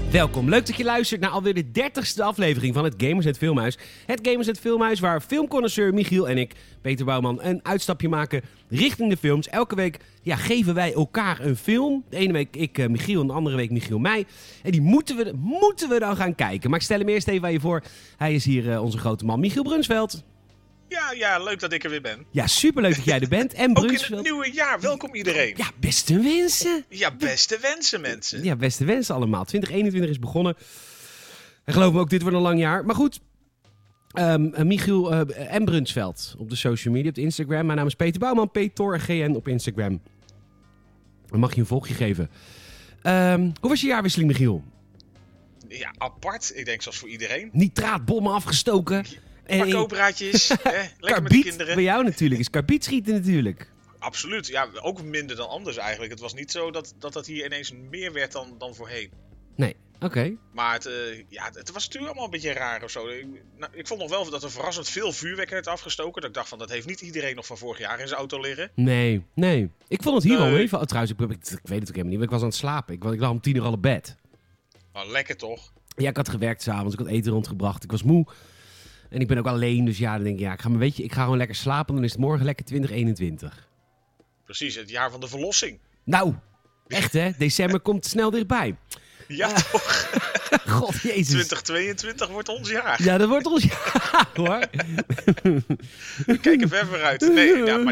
Welkom, leuk dat je luistert naar alweer de 30ste aflevering van het Gamersnet Filmhuis. Het Gamersnet Filmhuis waar filmconnoisseur Michiel en ik, Peter Bouwman, een uitstapje maken richting de films. Elke week geven wij elkaar een film. De ene week ik Michiel en de andere week Michiel mij. En die moeten we dan gaan kijken. Maar ik stel hem eerst even aan je voor. Hij is hier onze grote man Michiel Brunsveld. Ja, leuk dat ik er weer ben. Ja, superleuk dat jij er bent. En Ook Brunsveld. in het nieuwe jaar, welkom iedereen. Ja, beste wensen. Ja, beste wensen mensen. Ja, beste wensen allemaal. 2021 is begonnen. En geloof me ook, dit wordt een lang jaar. Maar goed, Michiel en Brunsveld op de social media, op de Instagram. Mijn naam is Peter Bouwman, PetorGN op Instagram. Dan mag je een volgje geven. Hoe was je jaarwisseling, Michiel? Ja, apart. Ik denk zoals voor iedereen. Nitraatbommen afgestoken. Een paar kooppraatjes. Lekker Karbiet, met de kinderen. bij jou natuurlijk. Is karbiet schieten natuurlijk. Absoluut. Ja, ook minder dan anders eigenlijk. Het was niet zo dat hier ineens meer werd dan voorheen. Nee, oké. Maar het was natuurlijk allemaal een beetje raar of zo. Ik vond nog wel dat er verrassend veel vuurwerk werd afgestoken. Dat ik dacht van, dat heeft niet iedereen nog van vorig jaar in zijn auto liggen. Nee. Ik vond het hier wel Nee. even. Trouwens, ik weet het ook helemaal niet. Maar ik was aan het slapen. Ik lag om 10:00 al op bed. Nou, lekker toch? Ja, ik had gewerkt s'avonds. Ik had eten rondgebracht. Ik was moe. En ik ben ook alleen. Dus ja, dan denk ik, ik ga gewoon lekker slapen. Dan is het morgen lekker 2021. Precies, het jaar van de verlossing. Nou, echt hè. December komt snel dichtbij. Ja, toch? God, jezus. 2022 wordt ons jaar. Ja, dat wordt ons jaar, hoor. We kijken ver vooruit. Maar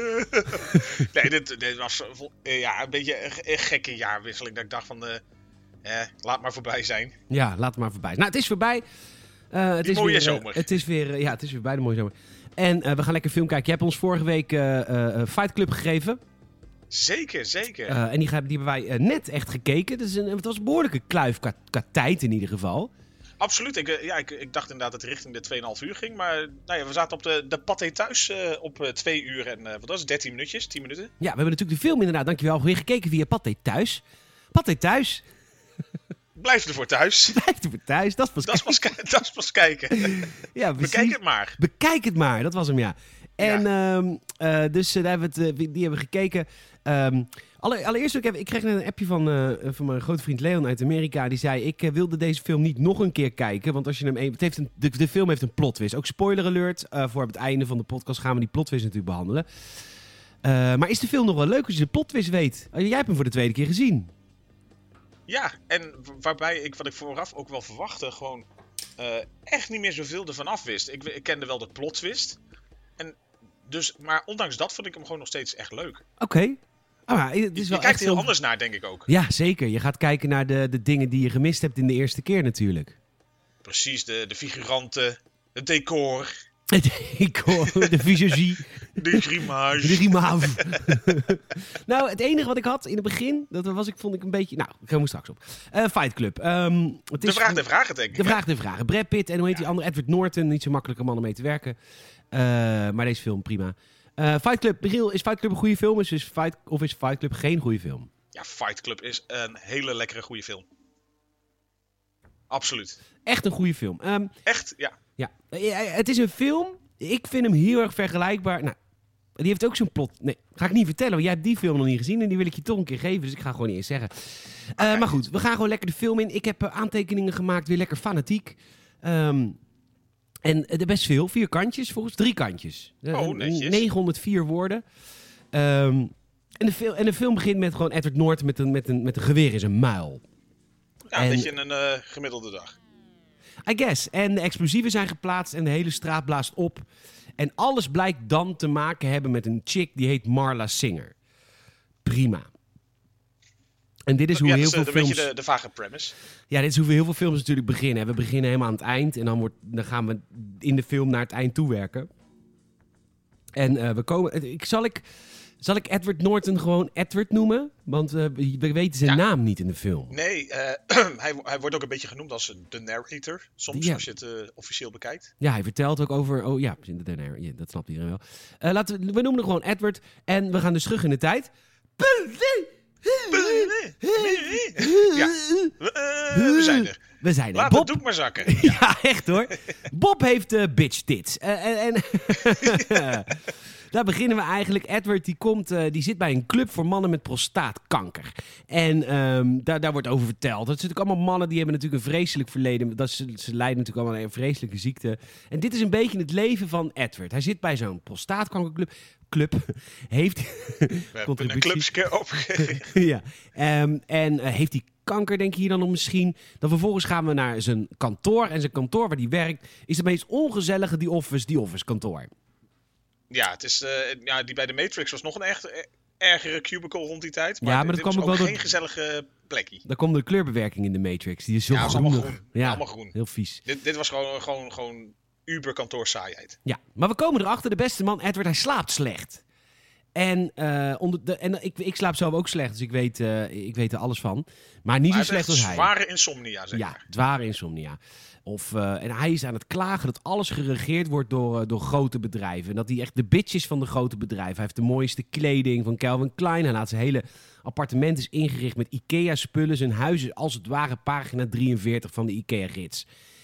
dit was een beetje een gekke jaarwisseling. Dat ik dacht van, laat maar voorbij zijn. Ja, laat het maar voorbij. Nou, het is voorbij. Het is mooie weer, zomer. Het is weer bij de mooie zomer. En we gaan lekker film kijken. Je hebt ons vorige week Fight Club gegeven. Zeker. En die hebben wij net echt gekeken. Dus het was een behoorlijke kluif qua tijd in ieder geval. Absoluut. Ik dacht inderdaad dat het richting de 2,5 uur ging. Maar we zaten op de paté thuis op 2 uur en wat was het? 13 minuutjes, 10 minuten. Ja, we hebben natuurlijk de film inderdaad, dankjewel, weer gekeken via Pathé Thuis. Pathé Thuis. Blijf ervoor thuis. Blijf er voor thuis. Dat is pas kijken. Ja, precies. Bekijk het maar. Bekijk het maar, dat was hem, ja. En dus daar hebben die hebben we gekeken. Allereerst, ik kreeg net een appje van mijn grote vriend Leon uit Amerika. Die zei, ik wilde deze film niet nog een keer kijken. Want als je hem de film heeft een plot twist. Ook spoiler alert. Voor het einde van de podcast gaan we die plot twist natuurlijk behandelen. Maar is de film nog wel leuk als je de plot twist weet? Jij hebt hem voor de tweede keer gezien. Ja, en waarbij wat ik vooraf ook wel verwachtte, gewoon echt niet meer zoveel ervan af wist. Ik kende wel de plot twist. Maar ondanks dat vond ik hem gewoon nog steeds echt leuk. Oké. Je kijkt heel anders naar, denk ik ook. Ja, zeker. Je gaat kijken naar de dingen die je gemist hebt in de eerste keer natuurlijk. Precies, de figuranten, het decor. Het decor, de visagie. De grimage. De grimage. Nou, het enige wat ik had in het begin, vond ik een beetje... Nou, ik kom er straks op. Fight Club. De vraag der vragen, denk ik. De vraag der vragen. Brad Pitt en hoe heet die andere? Edward Norton. Niet zo makkelijke man om mee te werken. Maar deze film, prima. Fight Club. Michiel, is Fight Club een goede film? Of is Fight Club geen goede film? Ja, Fight Club is een hele lekkere goede film. Absoluut. Echt een goede film. Echt, ja. Ja, het is een film. Ik vind hem heel erg vergelijkbaar. Nou, die heeft ook zo'n plot. Nee, ga ik niet vertellen, want jij hebt die film nog niet gezien en die wil ik je toch een keer geven, dus ik ga gewoon niet eens zeggen. Okay. Maar goed, we gaan gewoon lekker de film in. Ik heb aantekeningen gemaakt, weer lekker fanatiek. En er best veel, 4 kantjes volgens 3 kantjes. Netjes. 904 woorden. En de film begint met gewoon Edward Norton met een geweer in zijn muil. Ja, een beetje een gemiddelde dag. I guess. En de explosieven zijn geplaatst en de hele straat blaast op. En alles blijkt dan te maken hebben met een chick die heet Marla Singer. Prima. En dit is hoe heel veel films... een beetje de vage premise. Ja, dit is hoe heel veel films natuurlijk beginnen. We beginnen helemaal aan het eind en dan gaan we in de film naar het eind toe werken. En we komen... Zal ik Edward Norton gewoon Edward noemen? Want we weten zijn naam niet in de film. Nee, hij wordt ook een beetje genoemd als de narrator. Soms, als je het officieel bekijkt. Ja, hij vertelt ook over... Oh ja, de narrator. Ja, dat snapt iedereen wel. We noemen hem gewoon Edward. En we gaan dus terug in de tijd. Ja, we zijn er. We zijn er. Laat Bob... het doek maar zakken. Ja, echt hoor. Bob heeft bitch tits. Daar beginnen we eigenlijk. Edward die zit bij een club voor mannen met prostaatkanker. En daar wordt over verteld. Dat zijn natuurlijk allemaal mannen die hebben natuurlijk een vreselijk verleden. Ze lijden natuurlijk allemaal aan een vreselijke ziekte. En dit is een beetje het leven van Edward. Hij zit bij zo'n prostaatkankerclub. Heeft een clubsje opgericht. Ja. Heeft hij kanker, denk je hier dan nog misschien? Dan vervolgens gaan we naar zijn kantoor. En zijn kantoor waar hij werkt is de meest ongezellige The Office kantoor. Ja, het is, die bij de Matrix was nog een echt ergere cubicle rond die tijd. Maar, maar dat kwam ook wel geen gezellige plekje. Daar komt de kleurbewerking in de Matrix. Die is zo groen. Allemaal groen. Ja, allemaal groen. Heel vies. Dit was gewoon uber kantoor saaiheid. Ja, maar we komen erachter. De beste man, Edward, hij slaapt slecht. En, ik slaap zelf ook slecht, dus ik weet er alles van. Maar niet zo slecht als hij. Zware insomnia, zeg maar. Ja, zware insomnia. En hij is aan het klagen dat alles geregeerd wordt door grote bedrijven. En dat hij echt de bitch is van de grote bedrijven. Hij heeft de mooiste kleding van Calvin Klein. Hij laat zijn hele appartement is ingericht met IKEA-spullen. Zijn huis is als het ware pagina 43 van de IKEA-gids.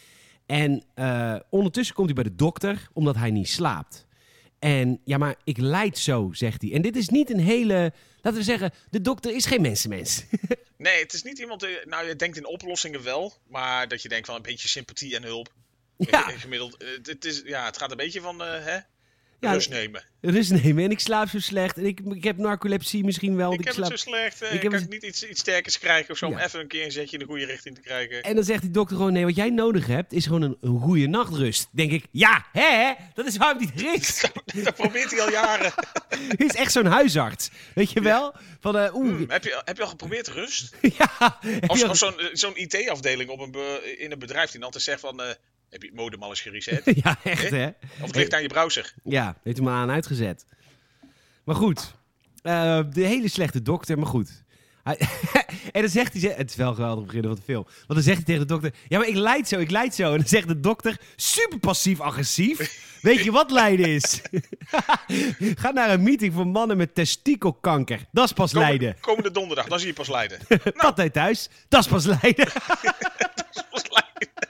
En ondertussen komt hij bij de dokter, omdat hij niet slaapt. En ja, maar ik lijd zo, zegt hij. En dit is niet een hele... Laten we zeggen, de dokter is geen mensenmens. Nee, het is niet iemand... je denkt in oplossingen wel. Maar dat je denkt van een beetje sympathie en hulp. Ja. Gemiddeld, het gaat een beetje van... Ja, rust nemen. Rust nemen. En ik slaap zo slecht. En ik heb narcolepsie misschien wel. Ik heb het zo slecht. Ik kan niet iets sterkers krijgen of zo. Om even een keer een zetje in de goede richting te krijgen. En dan zegt die dokter gewoon... Nee, wat jij nodig hebt is gewoon een goede nachtrust. Denk ik, ja, hè? Dat is waarom hij er is. Dat probeert hij al jaren. Hij is echt zo'n huisarts. Weet je wel? Van, heb je al geprobeerd rust? Ja. Of zo'n IT-afdeling in een bedrijf die dan altijd zegt van... heb je het modem al eens gereset? Ja, echt hè? Of het ligt aan je browser? Ja, heeft hem aan uitgezet. Maar goed, de hele slechte dokter, maar goed. En dan zegt hij, het is wel geweldig beginnen van de film. Want dan zegt hij tegen de dokter, ja maar ik lijd zo. En dan zegt de dokter, super passief-agressief. Weet je wat lijden is? Ga naar een meeting voor mannen met testikelkanker. Dat is pas lijden. Komende donderdag, dan zie je pas lijden. Partij thuis, dat is pas lijden. Dat is pas lijden.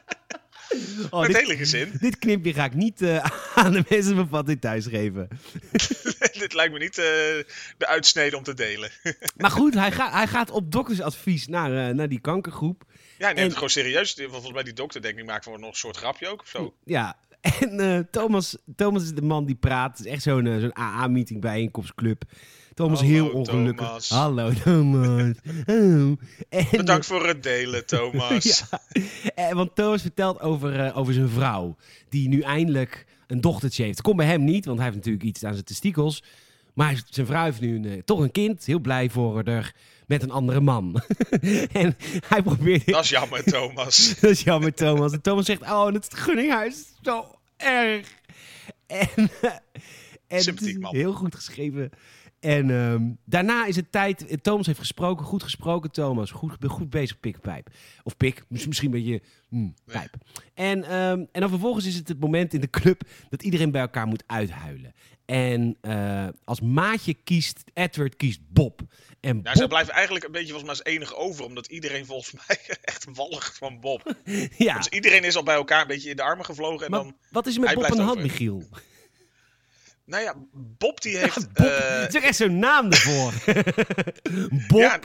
Met het hele gezin. Dit knipje ga ik niet aan de mensen van Partij thuis geven. Dit lijkt me niet de uitsnede om te delen. Maar goed, hij gaat op doktersadvies naar die kankergroep. Ja, hij neemt het gewoon serieus. Volgens mij die dokter denk ik maakt voor nog een soort grapje ook of zo. Ja, en Thomas is de man die praat. Het is echt zo'n AA-meeting bijeenkomstclub. Thomas is heel ongelukkig. Thomas. Hallo Thomas. Oh. Bedankt voor het delen, Thomas. Ja, want Thomas vertelt over zijn vrouw. Die nu eindelijk een dochtertje heeft. Komt bij hem niet, want hij heeft natuurlijk iets aan zijn testikels. Maar zijn vrouw heeft nu toch een kind. Heel blij voor haar. Met een andere man. En hij probeert... Dat is jammer, Thomas. Dat is jammer, Thomas. En Thomas zegt, oh, het gunninghuis is zo erg. En het is heel goed geschreven. En daarna is het tijd... Thomas heeft gesproken, goed gesproken, Thomas. Goed bezig, pikpijp. Of pik, misschien een beetje pijp. En dan vervolgens is het moment in de club dat iedereen bij elkaar moet uithuilen. En als maatje kiest Edward Bob. En Bob... Zij blijven eigenlijk een beetje volgens mij als enige over. Omdat iedereen volgens mij echt walgt van Bob. Ja. Dus iedereen is al bij elkaar een beetje in de armen gevlogen. En maar dan, wat is er met Bob aan de hand, Michiel? Nou ja, Bob die heeft... Ja, Bob, het is ook echt zo'n naam ervoor. Bob. Ja,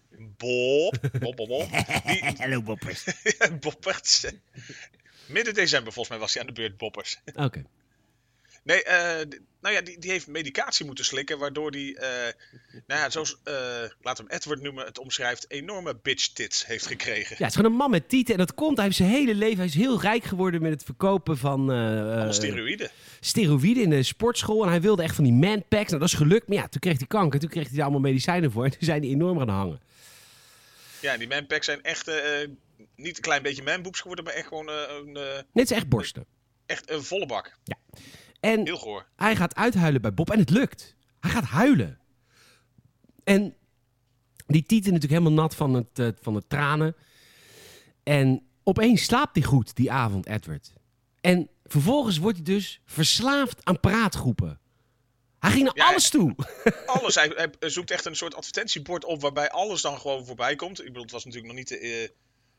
Bob. Hallo Boppers. Boppers. Midden december volgens mij was hij aan de beurt, Boppers. Oké. Nee, die heeft medicatie moeten slikken, waardoor die, zoals, laten we hem Edward noemen, het omschrijft, enorme bitch tits heeft gekregen. Ja, het is gewoon een man met tieten en dat komt, hij heeft zijn hele leven, hij is heel rijk geworden met het verkopen van... steroïden. Steroïden in de sportschool en hij wilde echt van die manpacks. Nou, dat is gelukt, maar ja, toen kreeg hij kanker, toen kreeg hij daar allemaal medicijnen voor en toen zijn die enorm gaan hangen. Ja, die manpacks zijn echt niet een klein beetje manboobs geworden, maar echt gewoon nee, het is echt borsten. Echt een volle bak. Ja. En heel goor. Hij gaat uithuilen bij Bob en het lukt. Hij gaat huilen. En die tieten natuurlijk helemaal nat van het tranen. En opeens slaapt hij goed die avond, Edward. En vervolgens wordt hij dus verslaafd aan praatgroepen. Hij ging naar alles toe. Alles. Hij zoekt echt een soort advertentiebord op waarbij alles dan gewoon voorbij komt. Ik bedoel, het was natuurlijk nog niet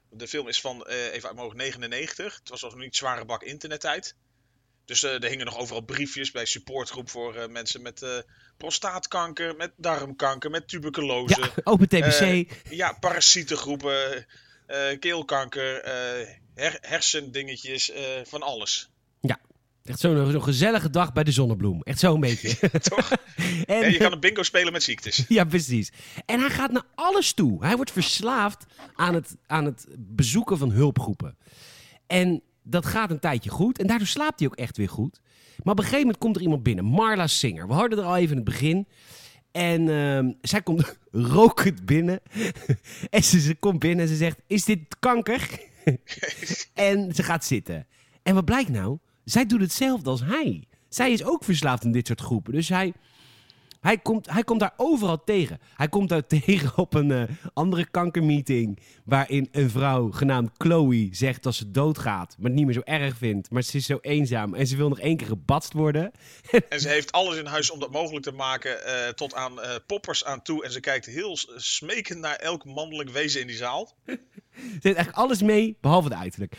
De film is van, even uit mijn hoofd, 99. Het was nog niet zware bak internettijd. Dus er hingen nog overal briefjes bij supportgroep voor mensen met prostaatkanker, met darmkanker, met tuberculose. Ja, open TBC. Parasietengroepen, keelkanker, hersendingetjes, van alles. Ja, echt zo'n gezellige dag bij de Zonnebloem. Echt zo'n beetje. Toch? En je kan een bingo spelen met ziektes. Ja, precies. En hij gaat naar alles toe. Hij wordt verslaafd aan het bezoeken van hulpgroepen. En dat gaat een tijdje goed. En daardoor slaapt hij ook echt weer goed. Maar op een gegeven moment komt er iemand binnen. Marla Singer. We hadden er al even in het begin. En zij komt rokend binnen. En ze komt binnen en ze zegt, is dit kanker? En ze gaat zitten. En wat blijkt nou? Zij doet hetzelfde als hij. Zij is ook verslaafd in dit soort groepen. Dus hij komt daar overal tegen. Hij komt daar tegen op een andere kankermeeting. Waarin een vrouw genaamd Chloe zegt dat ze doodgaat. Maar het niet meer zo erg vindt. Maar ze is zo eenzaam. En ze wil nog 1 keer gebatst worden. En ze heeft alles in huis om dat mogelijk te maken. Tot aan poppers aan toe. En ze kijkt heel smekend naar elk mannelijk wezen in die zaal. Ze heeft eigenlijk alles mee, behalve de uiterlijk.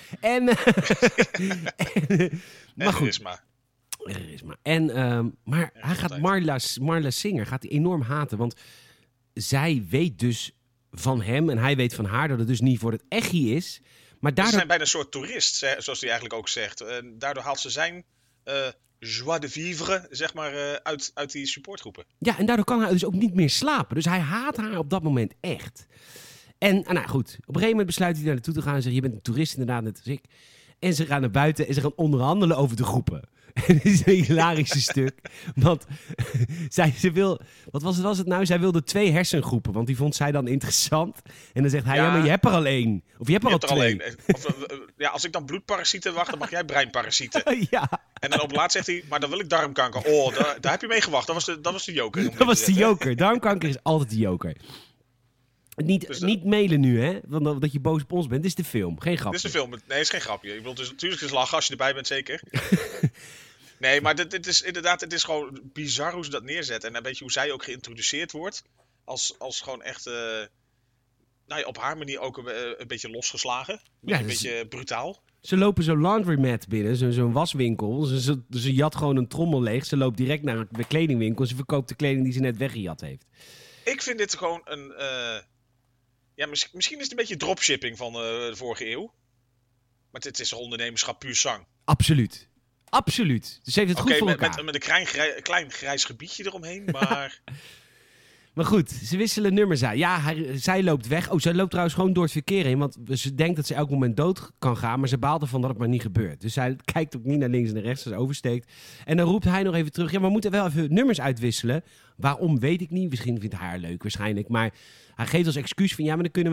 Maar goed. Charisma. Maar hij gaat Marla Singer gaat hij enorm haten. Want zij weet dus van hem en hij weet van haar dat het dus niet voor het echi is. Maar daardoor... Ze zijn bijna een soort toerist, zoals hij eigenlijk ook zegt. Daardoor haalt ze zijn joie de vivre, zeg maar, uit die supportgroepen. Ja, en daardoor kan hij dus ook niet meer slapen. Dus hij haat haar op dat moment echt. En nou goed, op een gegeven moment besluit hij naar naartoe te gaan en zegt, je bent een toerist inderdaad, net als ik. En ze gaan naar buiten en ze gaan onderhandelen over de groepen. En het is een hilarische stuk. Want ze wil... Wat was het nou? Zij wilde 2 hersengroepen. Want die vond zij dan interessant. En dan zegt hij, ja maar je hebt er al 1. Of je hebt er al 2. Als ik dan bloedparasieten wacht, dan mag jij breinparasieten. Ja. En dan op laatst zegt hij, maar dan wil ik darmkanker. Oh, daar heb je mee gewacht. Dat was de joker. Dat was de joker. Darmkanker is altijd de joker. Niet mailen nu, hè? Want dat je boos op ons bent. Dit is de film, geen grapje. Dit is de film. Nee, het is geen grapje. Ik bedoel, natuurlijk is het lachen als je erbij bent, zeker. Nee, maar dit is inderdaad, het is gewoon bizar hoe ze dat neerzetten. En een beetje hoe zij ook geïntroduceerd wordt. Als gewoon echt, op haar manier ook een beetje losgeslagen. Een beetje brutaal. Ze lopen zo'n laundromat binnen, zo'n waswinkel. Ze jat gewoon een trommel leeg. Ze loopt direct naar een kledingwinkel. Ze verkoopt de kleding die ze net weggejat heeft. Ik vind dit gewoon een... misschien is het een beetje dropshipping van de vorige eeuw. Maar het is ondernemerschap puur zang. Absoluut. Dus ze heeft het goed voor elkaar. Met een klein grijs gebiedje eromheen, maar... Maar goed, ze wisselen nummers uit. Ja, zij loopt weg. Zij loopt trouwens gewoon door het verkeer heen. Want ze denkt dat ze elk moment dood kan gaan. Maar ze baalt ervan dat het maar niet gebeurt. Dus zij kijkt ook niet naar links en naar rechts. Ze oversteekt. En dan roept hij nog even terug. Ja, maar we moeten wel even nummers uitwisselen. Waarom, weet ik niet. Misschien vindt hij haar leuk, waarschijnlijk. Maar hij geeft als excuus van... Ja, maar dan kunnen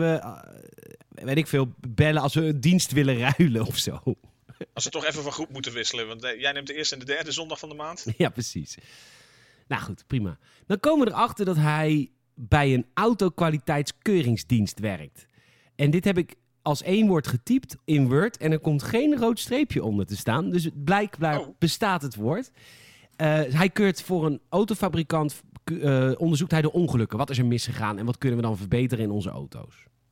we, bellen als we een dienst willen ruilen of zo. Als we toch even van groep moeten wisselen. Want jij neemt de eerste en de derde zondag van de maand. Ja, precies. Nou goed, prima. Dan komen we erachter dat hij bij een autokwaliteitskeuringsdienst werkt. En dit heb ik als 1 woord getypt in Word. En er komt geen rood streepje onder te staan. Dus blijkbaar bestaat het woord. Hij keurt voor een autofabrikant, onderzoekt hij de ongelukken. Wat is er misgegaan en wat kunnen we dan verbeteren in onze auto's?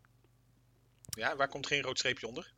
Ja, waar komt geen rood streepje onder?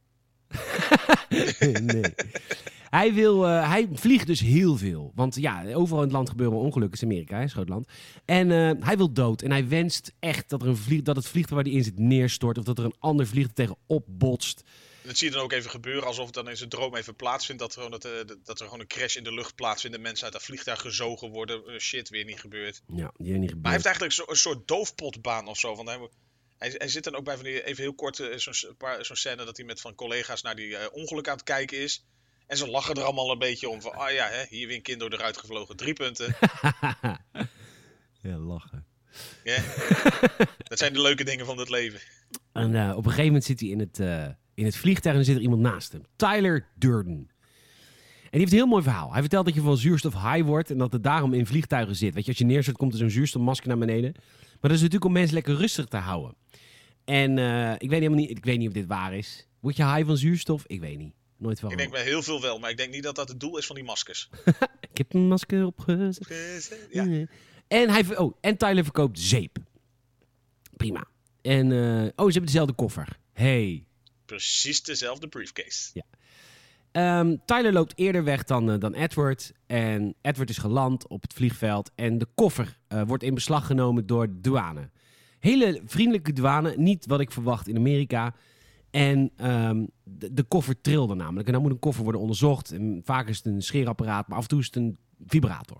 Nee. Hij vliegt dus heel veel. Want ja, overal in het land gebeuren ongelukken. Het is Amerika, een groot land. En hij wil dood. En hij wenst echt dat het vliegtuig waar hij in zit neerstort. Of dat er een ander vliegtuig tegenop botst. Dat zie je dan ook even gebeuren. Alsof het dan in zijn droom even plaatsvindt. Dat er gewoon een crash in de lucht plaatsvindt. En mensen uit dat vliegtuig gezogen worden. Shit, weer niet gebeurd. Ja, weer niet gebeurd. Maar hij heeft eigenlijk een soort doofpotbaan of zo. Want hij zit dan ook bij van die, even heel kort, zo'n scène dat hij met van collega's naar die ongeluk aan het kijken is. En ze lachen er allemaal een beetje om van, hier weer een kind door eruit gevlogen. 3 punten. Ja, lachen. Ja, dat zijn de leuke dingen van het leven. En op een gegeven moment zit hij in het vliegtuig en er zit er iemand naast hem. Tyler Durden. En die heeft een heel mooi verhaal. Hij vertelt dat je van zuurstof high wordt en dat het daarom in vliegtuigen zit. Weet je, als je neerzet komt er zo'n zuurstofmasker naar beneden. Maar dat is natuurlijk om mensen lekker rustig te houden. En ik weet niet of dit waar is. Word je high van zuurstof? Ik weet niet. Nooit van. Ik denk bij heel veel wel, maar ik denk niet dat dat het doel is van die maskers. Ik heb een masker opgezet. Ja. En Tyler verkoopt zeep. Prima. En ze hebben dezelfde koffer. Hey. Precies dezelfde briefcase. Ja. Tyler loopt eerder weg dan Edward. En Edward is geland op het vliegveld. En de koffer wordt in beslag genomen door de douane. Hele vriendelijke douane. Niet wat ik verwacht in Amerika. En de koffer trilde namelijk. En dan moet een koffer worden onderzocht. En vaak is het een scheerapparaat. Maar af en toe is het een vibrator.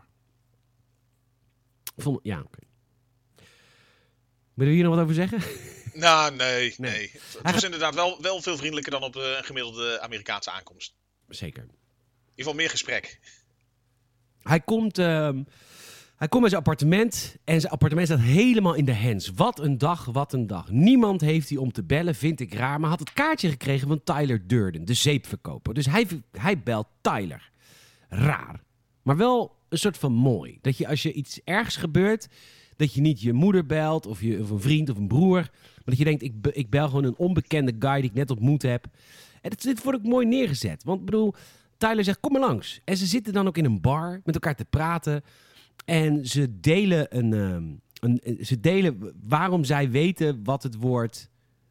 Ja, oké. Willen we hier nog wat over zeggen? Nou, nee. Het was inderdaad wel veel vriendelijker dan op een gemiddelde Amerikaanse aankomst. Zeker. In ieder geval meer gesprek. Hij komt bij zijn appartement en zijn appartement staat helemaal in de hens. Wat een dag. Niemand heeft hij om te bellen, vind ik raar. Maar had het kaartje gekregen van Tyler Durden, de zeepverkoper. Dus hij belt Tyler. Raar. Maar wel een soort van mooi. Dat je als je iets ergs gebeurt, dat je niet je moeder belt of een vriend of een broer. Maar dat je denkt, ik bel gewoon een onbekende guy die ik net ontmoet heb. En dit wordt ook mooi neergezet. Want ik bedoel, Tyler zegt, kom maar langs. En ze zitten dan ook in een bar met elkaar te praten. En ze delen waarom zij weten wat het woord...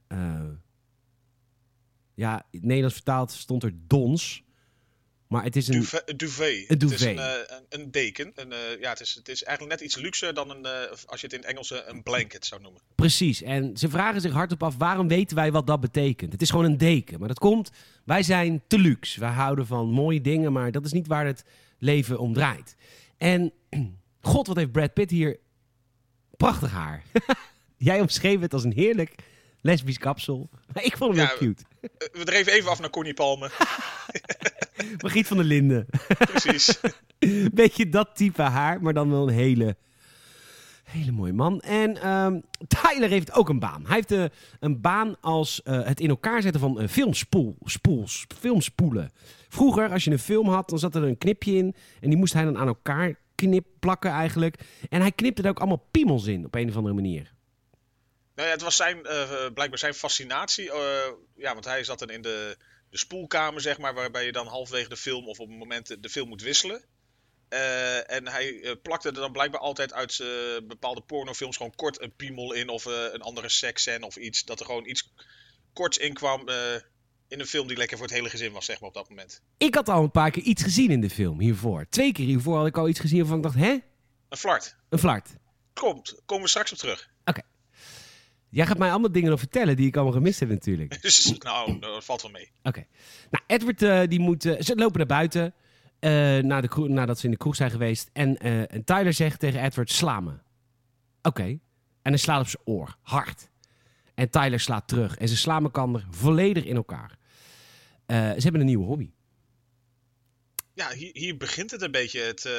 in het Nederlands vertaald stond er dons. Maar het is een... duvet. Een duvet. Het is een deken. Het is eigenlijk net iets luxer dan als je het in het Engels een blanket zou noemen. Precies. En ze vragen zich hardop af, waarom weten wij wat dat betekent? Het is gewoon een deken. Maar dat komt, wij zijn te luxe. Wij houden van mooie dingen, maar dat is niet waar het leven om draait. En god, wat heeft Brad Pitt hier prachtig haar. Jij omschreef het als een heerlijk lesbisch kapsel. Maar ik vond hem wel cute. We dreven even af naar Connie Palme. Margriet van der Linden. Precies. Beetje dat type haar, maar dan wel een hele mooie man. En Tyler heeft ook een baan. Hij heeft een baan als het in elkaar zetten van filmspoelen. Vroeger, als je een film had, dan zat er een knipje in. En die moest hij dan aan elkaar plakken eigenlijk. En hij knipte er ook allemaal piemels in, op een of andere manier. Nou ja, het was blijkbaar zijn fascinatie. Want hij zat dan in de spoelkamer, zeg maar, waarbij je dan halverwege de film of op een moment de film moet wisselen. En hij plakte er dan blijkbaar altijd uit bepaalde pornofilms gewoon kort een piemel in of een andere seksscène of iets. Dat er gewoon iets korts in kwam in een film die lekker voor het hele gezin was, zeg maar, op dat moment. Ik had al een paar keer iets gezien in de film hiervoor. 2 keer hiervoor had ik al iets gezien waarvan ik dacht, hè? Een flart. Een flart. Komen we straks op terug. Oké. Jij gaat mij allemaal dingen nog vertellen die ik allemaal gemist heb natuurlijk. Nou, dat valt wel mee. Oké. Nou, Edward, ze lopen naar buiten nadat ze in de kroeg zijn geweest. En Tyler zegt tegen Edward, sla me. Oké. En hij slaat op zijn oor. Hard. En Tyler slaat terug. En ze slaan elkaar volledig in elkaar. Ze hebben een nieuwe hobby. Ja, hier begint het een beetje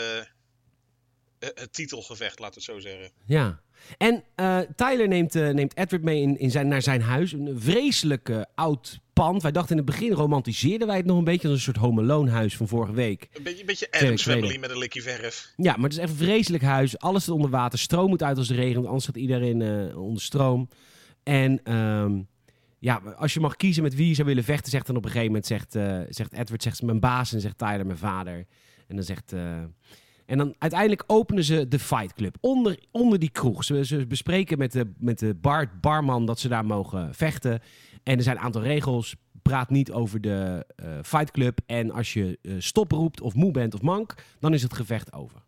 het titelgevecht, laten we het zo zeggen. Ja. En Tyler neemt Edward mee naar zijn huis. Een vreselijk oud pand. Wij dachten in het begin, romantiseerden wij het nog een beetje als een soort Home Alone huis van vorige week. Een beetje Addams Family met een likje verf. Ja, maar het is echt een vreselijk huis. Alles zit onder water. Stroom moet uit als het regent. Anders gaat iedereen onder stroom. En als je mag kiezen met wie je zou willen vechten, zegt dan op een gegeven moment, zegt Edward, mijn baas, en zegt Tyler, mijn vader. En dan zegt... En dan uiteindelijk openen ze de Fight Club. Onder die kroeg. Ze bespreken met de barman dat ze daar mogen vechten. En er zijn een aantal regels. Praat niet over de Fight Club. En als je stop roept of moe bent of mank, dan is het gevecht over.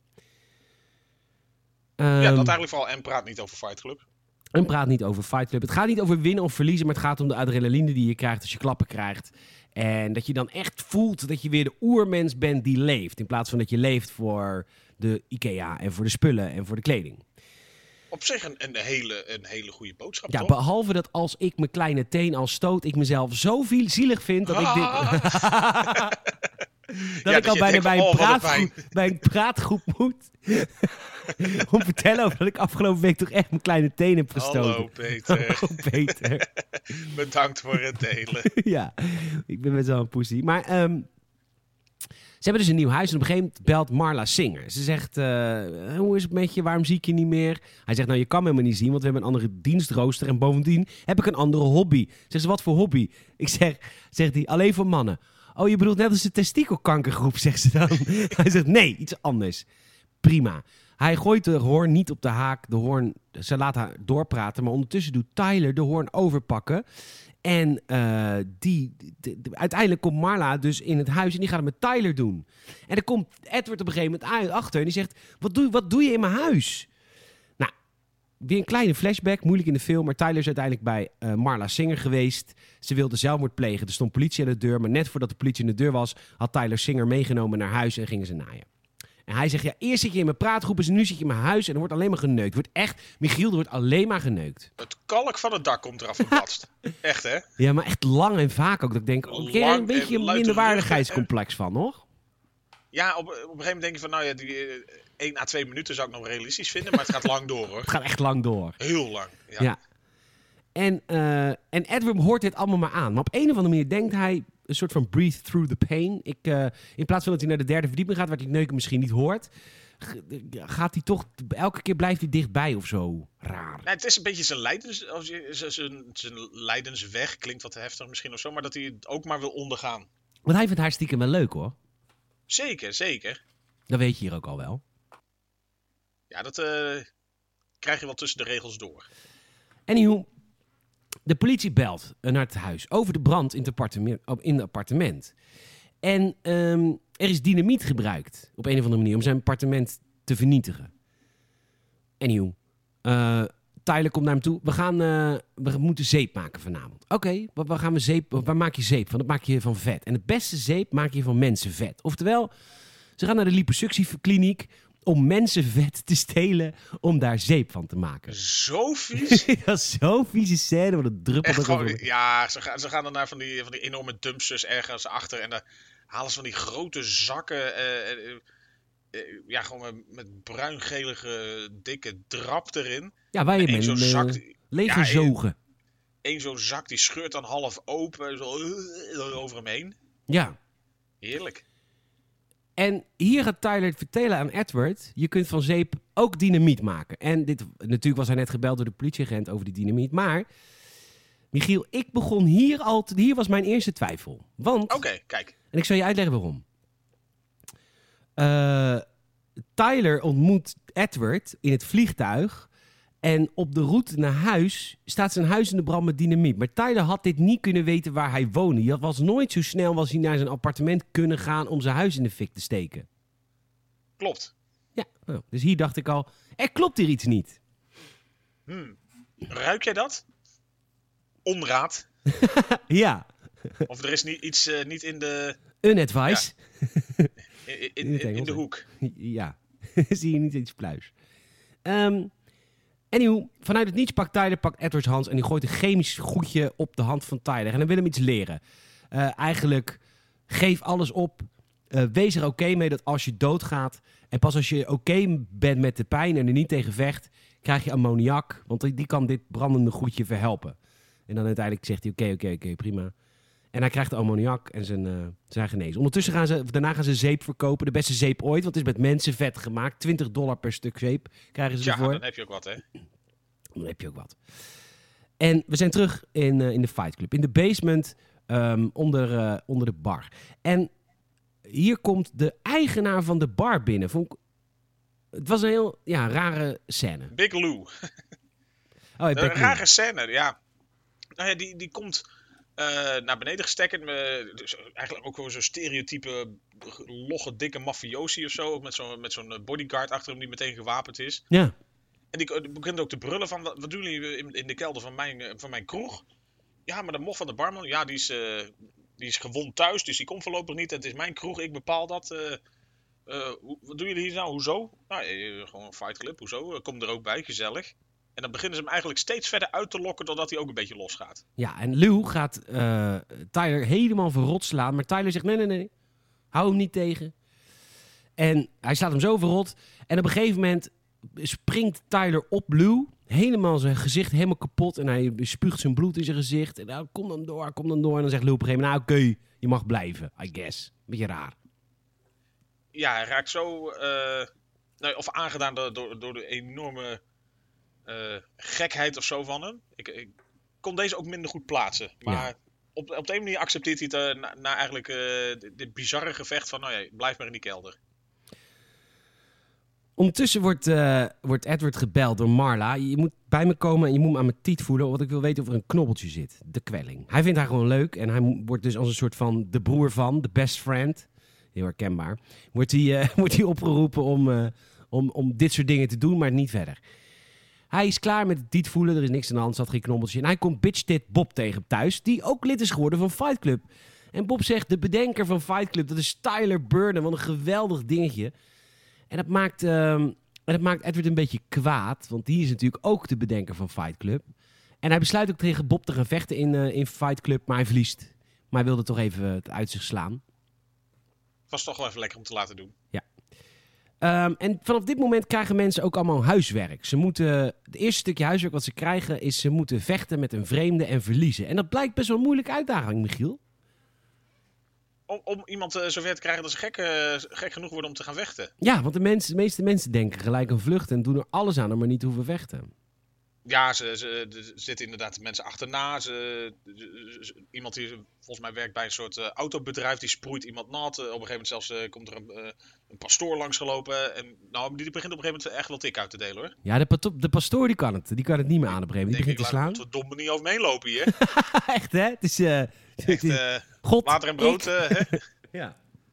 Ja, dat eigenlijk vooral. En praat niet over Fight Club. En praat niet over Fight Club. Het gaat niet over winnen of verliezen, maar het gaat om de adrenaline die je krijgt als je klappen krijgt. En dat je dan echt voelt dat je weer de oermens bent die leeft. In plaats van dat je leeft voor de IKEA en voor de spullen en voor de kleding. Op zich een hele goede boodschap, ja, toch? Behalve dat als ik mijn kleine teen al stoot, ik mezelf zo zielig vind dat ik dit... dat ik al bijna bij een praatgroep moet. Om te vertellen over dat ik afgelopen week toch echt mijn kleine teen heb gestoten. Hallo Peter. Hallo Peter. Bedankt voor het delen. Ja, ik ben best wel een poesie. Maar ze hebben dus een nieuw huis en op een gegeven moment belt Marla Singer. Ze zegt, hoe is het met je? Waarom zie ik je niet meer? Hij zegt, nou je kan me helemaal niet zien, want we hebben een andere dienstrooster. En bovendien heb ik een andere hobby. Zegt ze, wat voor hobby? Ik zeg, zegt hij, alleen voor mannen. Oh, je bedoelt net als de testikelkankergroep, zegt ze dan. Hij zegt, nee, iets anders. Prima. Hij gooit de hoorn niet op de haak. Ze laat haar doorpraten, maar ondertussen doet Tyler de hoorn overpakken. En uiteindelijk komt Marla dus in het huis en die gaat het met Tyler doen. En dan komt Edward op een gegeven moment achter en die zegt, wat doe je in mijn huis? Nou, weer een kleine flashback, moeilijk in de film, maar Tyler is uiteindelijk bij Marla Singer geweest. Ze wilde zelfmoord plegen, er stond politie aan de deur, maar net voordat de politie aan de deur was, had Tyler Singer meegenomen naar huis en gingen ze naaien. En hij zegt, ja, eerst zit je in mijn praatgroep en nu zit je in mijn huis en er wordt alleen maar geneukt. Wordt echt, Michiel, er wordt alleen maar geneukt. Het kalk van het dak komt eraf geplatst. Echt, hè? Ja, maar echt lang en vaak ook. Dat ik denk, oké, een beetje een minderwaardigheidscomplex van, hoor. Ja, op een gegeven moment denk je van, nou ja, die 1 à 2 minuten zou ik nog realistisch vinden, maar het gaat lang door, hoor. Het gaat echt lang door. Heel lang, ja. En Edward hoort dit allemaal maar aan. Maar op een of andere manier denkt hij een soort van breathe through the pain. In plaats van dat hij naar de 3e verdieping gaat, waar hij neuken misschien niet hoort, gaat hij toch, elke keer blijft hij dichtbij of zo. Raar. Nou, het is een beetje zijn lijdensweg, klinkt wat heftig misschien of zo, maar dat hij het ook maar wil ondergaan. Want hij vindt haar stiekem wel leuk, hoor. Zeker, zeker. Dat weet je hier ook al wel. Ja, dat krijg je wel tussen de regels door. Anyhow, de politie belt naar het huis over de brand in het appartement. En er is dynamiet gebruikt op een of andere manier om zijn appartement te vernietigen. Anyhow, Tyler komt naar hem toe. We moeten zeep maken vanavond. Oké, waar maak je zeep van? Dat maak je van vet. En de beste zeep maak je van mensenvet. Oftewel, ze gaan naar de liposuctiekliniek om mensenvet te stelen om daar zeep van te maken. Zo vies? Dat is zo'n vieze scène, want het druppelt echt gewoon, over. ja, ze gaan dan naar van die enorme dumpsters ergens achter en dan halen ze van die grote zakken, ja, gewoon met bruingelige dikke drap erin. Ja, waar je zo'n zak lege zogen. Eén zo'n zak die scheurt dan half open, zo over hem heen. Ja. Heerlijk. En hier gaat Tyler vertellen aan Edward, je kunt van zeep ook dynamiet maken. En natuurlijk was hij net gebeld door de politieagent over die dynamiet. Maar, Michiel, ik begon hier was mijn eerste twijfel. Want, Oké, kijk. En ik zal je uitleggen waarom. Tyler ontmoet Edward in het vliegtuig. En op de route naar huis staat zijn huis in de brand met dynamiet. Maar Tyler had dit niet kunnen weten waar hij woonde. Hij was nooit zo snel als hij naar zijn appartement kunnen gaan om zijn huis in de fik te steken. Klopt. Ja, nou, dus hier dacht ik al, er klopt hier iets niet. Ruik jij dat? Onraad? Ja. Of er is iets niet in de... Unadvice. Ja. In de hoek. Ja, zie je niet iets pluis. Anyhow, vanuit het niets pakt Edwards hand en die gooit een chemisch goedje op de hand van Tyler. En dan wil hem iets leren. Eigenlijk, geef alles op. Wees er oké mee dat als je doodgaat en pas als je oké bent met de pijn en er niet tegen vecht, krijg je ammoniak, want die kan dit brandende goedje verhelpen. En dan uiteindelijk zegt hij oké, prima. En hij krijgt ammoniak en zijn genezen. Ondertussen daarna gaan ze zeep verkopen. De beste zeep ooit, want het is met mensenvet gemaakt. $20 per stuk zeep krijgen ze ervoor. Ja, dan heb je ook wat, hè? Dan heb je ook wat. En we zijn terug in de Fight Club. In de basement onder de bar. En hier komt de eigenaar van de bar binnen. Het was een heel rare scène. Big Lou. Een rare scène, ja. Nou ja, die komt naar beneden gestekken. Dus eigenlijk ook gewoon zo'n stereotype logge, dikke mafiosi of zo. Ook met zo'n bodyguard achter hem die meteen gewapend is. Ja. En die begint ook te brullen van, wat doen jullie in de kelder van mijn kroeg? Ja, maar de mof van de barman, ja, die is gewond thuis, dus die komt voorlopig niet. En het is mijn kroeg, ik bepaal dat. Wat doen jullie hier nou? Hoezo? Nou, gewoon een fight club, hoezo? Kom er ook bij, gezellig. En dan beginnen ze hem eigenlijk steeds verder uit te lokken, doordat hij ook een beetje losgaat. Ja, en Lou gaat Tyler helemaal verrot slaan. Maar Tyler zegt, nee, hou hem niet tegen. En hij slaat hem zo verrot. En op een gegeven moment springt Tyler op Lou. Helemaal zijn gezicht helemaal kapot. En hij spuugt zijn bloed in zijn gezicht. En nou, kom dan door. En dan zegt Lou op een gegeven moment, nou oké, je mag blijven, I guess. Beetje raar. Ja, hij raakt zo of aangedaan door de enorme gekheid of zo van hem. Ik kon deze ook minder goed plaatsen. Maar ja, op de een manier accepteert hij het na eigenlijk dit bizarre gevecht van, nou ja, blijf maar in die kelder. Ondertussen wordt Edward gebeld door Marla. Je moet bij me komen en je moet me aan mijn tiet voelen, want ik wil weten of er een knobbeltje zit. De kwelling. Hij vindt haar gewoon leuk en hij wordt dus als een soort van de broer van, de best friend. Heel herkenbaar. Wordt hij opgeroepen om dit soort dingen te doen, maar niet verder. Hij is klaar met het tiet voelen, er is niks aan de hand, zat geen knobbeltje. En hij komt bitch-tit Bob tegen thuis, die ook lid is geworden van Fight Club. En Bob zegt, de bedenker van Fight Club, dat is Tyler Burnham, wat een geweldig dingetje. En dat maakt Edward een beetje kwaad, want die is natuurlijk ook de bedenker van Fight Club. En hij besluit ook tegen Bob te gaan vechten in Fight Club, maar hij verliest. Maar hij wilde toch even het uit zich slaan. Was toch wel even lekker om te laten doen. Ja. En vanaf dit moment krijgen mensen ook allemaal huiswerk. Het eerste stukje huiswerk wat ze krijgen is ze moeten vechten met een vreemde en verliezen. En dat blijkt best wel een moeilijke uitdaging, Michiel. Om iemand zover te krijgen dat ze gek genoeg worden om te gaan vechten. Ja, want de meeste mensen denken gelijk aan vluchten en doen er alles aan om maar niet te hoeven vechten. Ja, ze zitten inderdaad de mensen achterna. Iemand die volgens mij werkt bij een soort autobedrijf, die sproeit iemand nat. Op een gegeven moment zelfs komt er een pastoor langsgelopen. En nou, die begint op een gegeven moment echt wel tik uit te delen, hoor. Ja, de pastoor die kan het niet meer aan op een gegeven moment. Die begint te slaan. We domme niet over me heen lopen hier. Echt, hè? Het is echt, God, water en brood. Ja.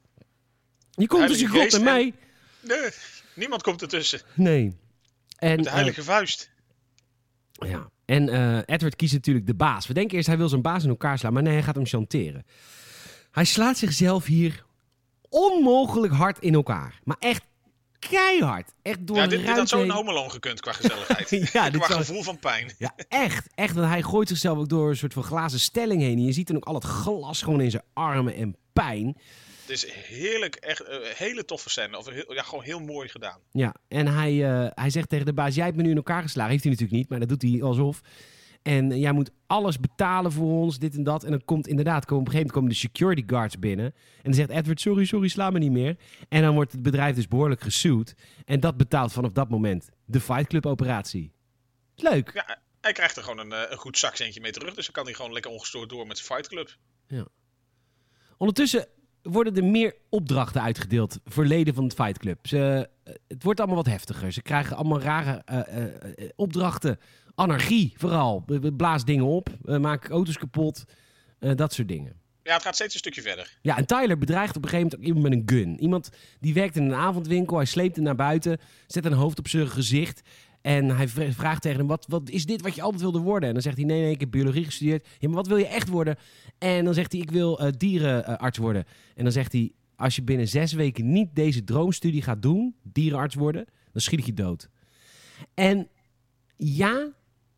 Je komt tussen God en mij. Nee, niemand komt ertussen. Nee. En, met de heilige vuist. Ja, en Edward kiest natuurlijk de baas. We denken eerst hij wil zijn baas in elkaar slaan, maar nee, hij gaat hem chanteren. Hij slaat zichzelf hier onmogelijk hard in elkaar. Maar echt keihard. Echt door dit had zo'n Home Alone gekund qua gezelligheid. Ja, qua gevoel van pijn. Ja, echt. Echt, want hij gooit zichzelf ook door een soort van glazen stelling heen. En je ziet dan ook al het glas gewoon in zijn armen en pijn. Het is heerlijk, echt een hele toffe scène. Gewoon heel mooi gedaan. Ja, en hij zegt tegen de baas, jij hebt me nu in elkaar geslagen. Heeft hij natuurlijk niet, maar dat doet hij alsof. En jij moet alles betalen voor ons, dit en dat. En dan op een gegeven moment komen de security guards binnen. En dan zegt Edward, sorry, sla me niet meer. En dan wordt het bedrijf dus behoorlijk gesued. En dat betaalt vanaf dat moment de Fight Club operatie. Leuk. Ja, hij krijgt er gewoon een goed zakcentje mee terug. Dus dan kan hij gewoon lekker ongestoord door met zijn Fight Club. Ja. Ondertussen worden er meer opdrachten uitgedeeld voor leden van het Fight Club. Het wordt allemaal wat heftiger. Ze krijgen allemaal rare opdrachten. Anarchie vooral. Blaas dingen op. Maak auto's kapot. Dat soort dingen. Ja, het gaat steeds een stukje verder. Ja, en Tyler bedreigt op een gegeven moment ook iemand met een gun. Iemand die werkt in een avondwinkel. Hij sleept hem naar buiten. Zet een hoofd op zijn gezicht. En hij vraagt tegen hem, wat is dit wat je altijd wilde worden? En dan zegt hij, nee, ik heb biologie gestudeerd. Ja, maar wat wil je echt worden? En dan zegt hij, ik wil dierenarts worden. En dan zegt hij, als je binnen 6 weken niet deze droomstudie gaat doen, dierenarts worden, dan schiet ik je dood. En ja,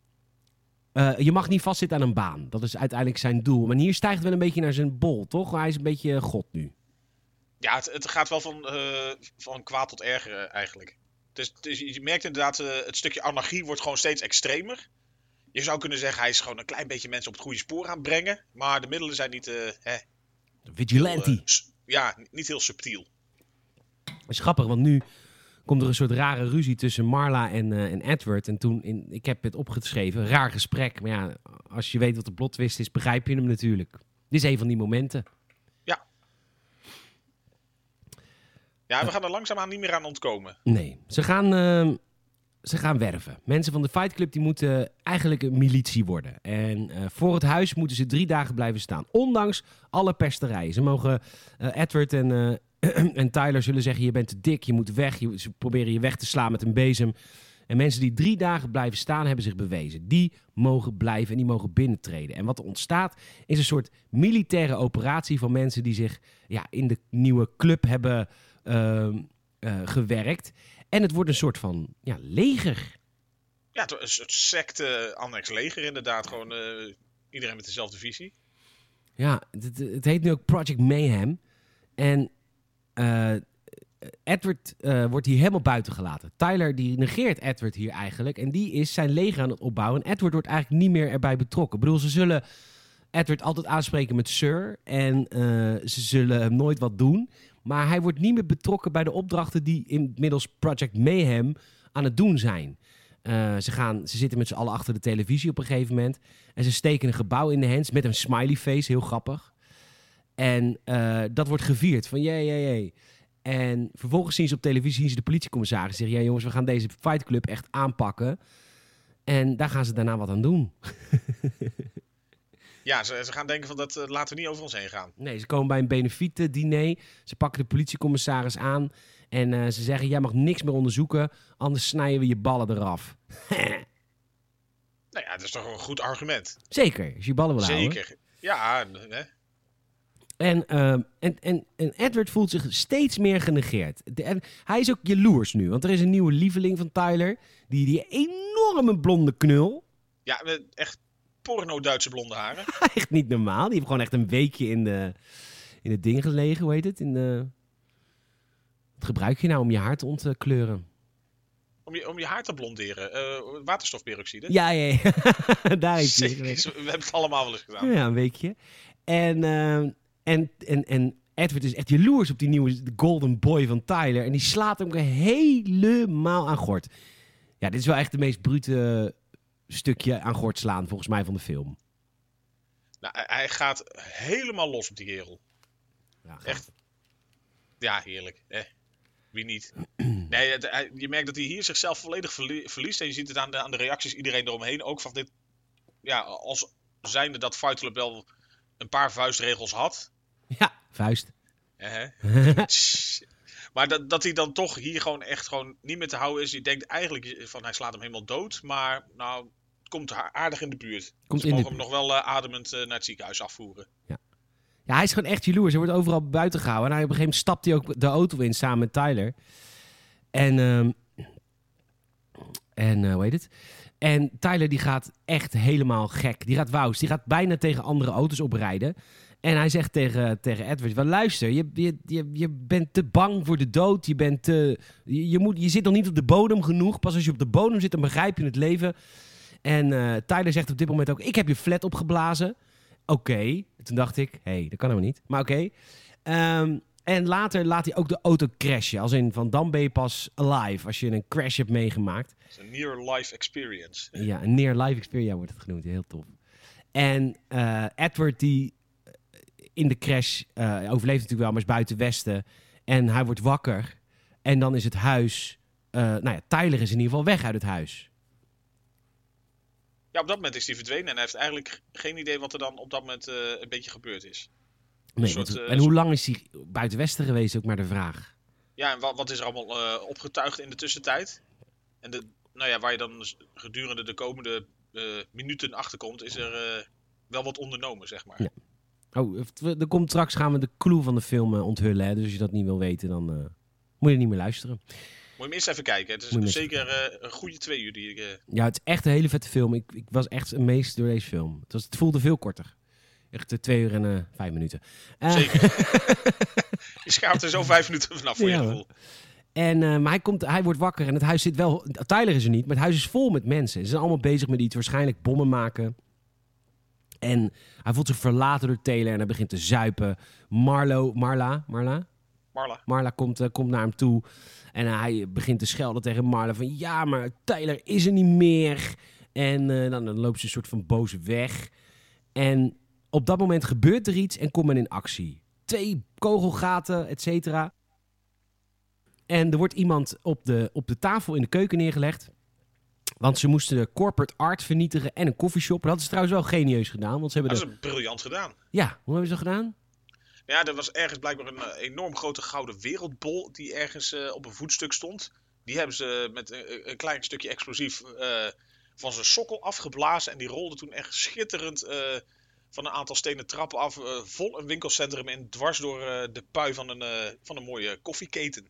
je mag niet vastzitten aan een baan. Dat is uiteindelijk zijn doel. Maar hier stijgt het wel een beetje naar zijn bol, toch? Hij is een beetje God nu. Ja, het gaat wel van kwaad tot erger eigenlijk. Dus je merkt inderdaad, het stukje anarchie wordt gewoon steeds extremer. Je zou kunnen zeggen, hij is gewoon een klein beetje mensen op het goede spoor aan het brengen. Maar de middelen zijn niet... Vigilante. Niet heel subtiel. Dat is grappig, want nu komt er een soort rare ruzie tussen Marla en Edward. En ik heb het opgeschreven, raar gesprek. Maar ja, als je weet wat de plot twist is, begrijp je hem natuurlijk. Dit is een van die momenten. Ja, we gaan er langzaamaan niet meer aan ontkomen. Nee, ze gaan werven. Mensen van de Fight Club die moeten eigenlijk een militie worden. En voor het huis moeten ze 3 dagen blijven staan. Ondanks alle pesterijen. Ze mogen Edward en Tyler zullen zeggen, je bent te dik, je moet weg. Ze proberen je weg te slaan met een bezem. En mensen die 3 dagen blijven staan hebben zich bewezen. Die mogen blijven en die mogen binnentreden. En wat er ontstaat is een soort militaire operatie van mensen die zich in de nieuwe club hebben gewerkt. En het wordt een soort van leger. Ja, een soort secte, annex leger inderdaad. Gewoon iedereen met dezelfde visie. Ja, het heet nu ook Project Mayhem. En Edward wordt hier helemaal buiten gelaten. Tyler die negeert Edward hier eigenlijk. En die is zijn leger aan het opbouwen. En Edward wordt eigenlijk niet meer erbij betrokken. Ik bedoel, ze zullen Edward altijd aanspreken met Sir. En ze zullen hem nooit wat doen. Maar hij wordt niet meer betrokken bij de opdrachten die inmiddels Project Mayhem aan het doen zijn. Ze zitten met z'n allen achter de televisie op een gegeven moment. En ze steken een gebouw in de hands met een smiley face, heel grappig. En dat wordt gevierd van jee. En vervolgens zien ze op televisie de politiecommissaris zeggen... ja jongens, we gaan deze Fight Club echt aanpakken. En daar gaan ze daarna wat aan doen. Ja, ze gaan denken van dat laten we niet over ons heen gaan. Nee, ze komen bij een benefiet-diner. Ze pakken de politiecommissaris aan. En ze zeggen, jij mag niks meer onderzoeken. Anders snijden we je ballen eraf. Nou ja, dat is toch een goed argument. Zeker, als je ballen wil houden. Zeker. Ja, hè? En Edward voelt zich steeds meer genegeerd. Hij is ook jaloers nu. Want er is een nieuwe lieveling van Tyler. Die enorme blonde knul. Ja, echt porno-Duitse blonde haren. Echt niet normaal. Die heeft gewoon echt een weekje in het ding gelegen. Hoe heet het? Wat gebruik je nou om je haar te ontkleuren? Om je haar te blonderen. Waterstofperoxide. Ja. Daar heeft hij gelegen. We hebben het allemaal wel eens gedaan. Ja, een weekje. En Edward is echt jaloers op die nieuwe golden boy van Tyler. En die slaat hem helemaal aan gort. Ja, dit is wel echt de meest brute stukje aan gort slaan, volgens mij, van de film. Nou, hij gaat helemaal los op die kerel. Ja, echt. Ja, heerlijk. Wie niet? Nee, je merkt dat hij hier zichzelf volledig verliest. En je ziet het aan de reacties iedereen eromheen. Ook van dit... Ja, als zijnde dat Fight Club wel een paar vuistregels had. Ja, vuist. Maar dat hij dan toch hier gewoon niet meer te houden is. Je denkt eigenlijk van hij slaat hem helemaal dood. Maar nou, het komt aardig in de buurt. Ze mogen hem nog wel ademend naar het ziekenhuis afvoeren. Ja, hij is gewoon echt jaloers. Hij wordt overal buiten gehouden. En op een gegeven moment stapt hij ook de auto in samen met Tyler. En hoe heet het? En Tyler die gaat echt helemaal gek. Die gaat wous. Die gaat bijna tegen andere auto's oprijden. En hij zegt tegen Edward... Wel, luister, je bent te bang voor de dood. Je zit nog niet op de bodem genoeg. Pas als je op de bodem zit, dan begrijp je het leven. En Tyler zegt op dit moment ook... Ik heb je flat opgeblazen. Oké. Toen dacht ik... dat kan nou niet. Maar oké. En later laat hij ook de auto crashen. Als in van dan ben je pas alive. Als je een crash hebt meegemaakt. Het is een near-life experience. Ja, een near-life experience wordt het genoemd. Heel tof. En Edward die in de crash overleeft natuurlijk wel, maar is buiten Westen. En hij wordt wakker. En dan is het huis... Tyler is in ieder geval weg uit het huis. Ja, op dat moment is hij verdwenen. En hij heeft eigenlijk geen idee wat er dan op dat moment een beetje gebeurd is. Nee, en hoe lang is hij buiten Westen geweest, ook maar de vraag. Ja, en wat is er allemaal opgetuigd in de tussentijd? En waar je dan gedurende de komende minuten achterkomt, is er wel wat ondernomen, zeg maar. Ja. Straks gaan we de clue van de film onthullen. Hè? Dus als je dat niet wil weten, dan moet je niet meer luisteren. Moet je hem eerst even kijken. Het is zeker een goede 2 uur die ik... Ja, het is echt een hele vette film. Ik was echt amazed door deze film. Het voelde veel korter. Echt 2 uur en 5 minuten. Zeker. Je schaamt er zo 5 minuten vanaf voor je gevoel. Maar hij wordt wakker en het huis zit wel... Tyler is er niet, maar het huis is vol met mensen. Ze zijn allemaal bezig met iets, waarschijnlijk bommen maken. En hij voelt zich verlaten door Taylor en hij begint te zuipen. Marla komt naar hem toe. En hij begint te schelden tegen Marla van... Ja, maar Tyler is er niet meer. En dan loopt ze een soort van boos weg. En op dat moment gebeurt er iets en komt men in actie. 2 kogelgaten, et cetera. En er wordt iemand op de tafel in de keuken neergelegd. Want ze moesten de corporate art vernietigen en een koffieshop. Dat hadden ze trouwens wel genieus gedaan. Want ze hebben dat is briljant gedaan. Ja, hoe hebben ze dat gedaan? Ja, er was ergens blijkbaar een enorm grote gouden wereldbol die ergens op een voetstuk stond. Die hebben ze met een klein stukje explosief van zijn sokkel afgeblazen. En die rolde toen echt schitterend van een aantal stenen trappen af. Vol een winkelcentrum in, dwars door de pui van een mooie koffieketen.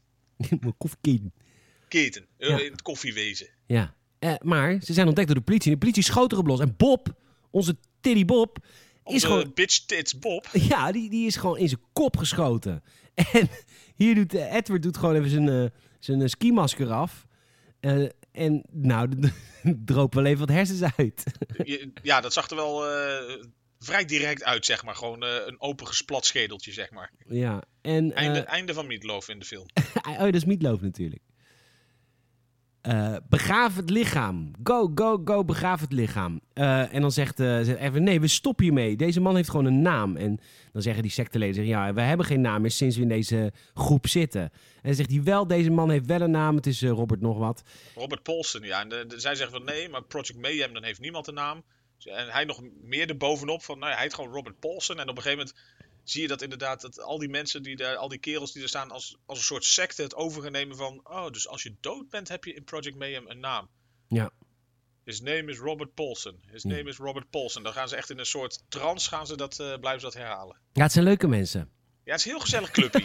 Keten, in het koffiewezen. Ja, maar ze zijn ontdekt door de politie. En de politie schoot erop los. En Bob, onze Tiddy Bob... Onze gewoon... bitch tits Bob. Ja, die is gewoon in zijn kop geschoten. En hier doet Edward gewoon even zijn skimasker af. En nou, dropen wel even wat hersens uit. Ja, dat zag er wel vrij direct uit, zeg maar. Gewoon een open gesplat schedeltje, zeg maar. Ja. En, einde van Meatloaf in de film. Oh, dat is Meatloaf natuurlijk. begraaf het lichaam. Go, go, go, begraaf het lichaam. En dan zegt Edward, nee, we stoppen hiermee. Deze man heeft gewoon een naam. En dan zeggen die secteleden, ja, we hebben geen naam meer sinds we in deze groep zitten. En dan zegt hij wel, deze man heeft wel een naam. Het is Robert nog wat. Robert Paulson, ja. En zij zeggen van nee, maar Project Mayhem, dan heeft niemand een naam. En hij nog meer erbovenop van, nou ja, hij heet gewoon Robert Paulson. En op een gegeven moment zie je dat inderdaad, dat al die mensen, al die kerels die er staan als een soort secte het overnemen van, oh, dus als je dood bent, heb je in Project Mayhem een naam. Ja. His name is Robert Paulson. His name is Robert Paulson. Dan gaan ze echt in een soort trance, blijven ze dat herhalen. Ja, het zijn leuke mensen. Ja, het is een heel gezellig clubje.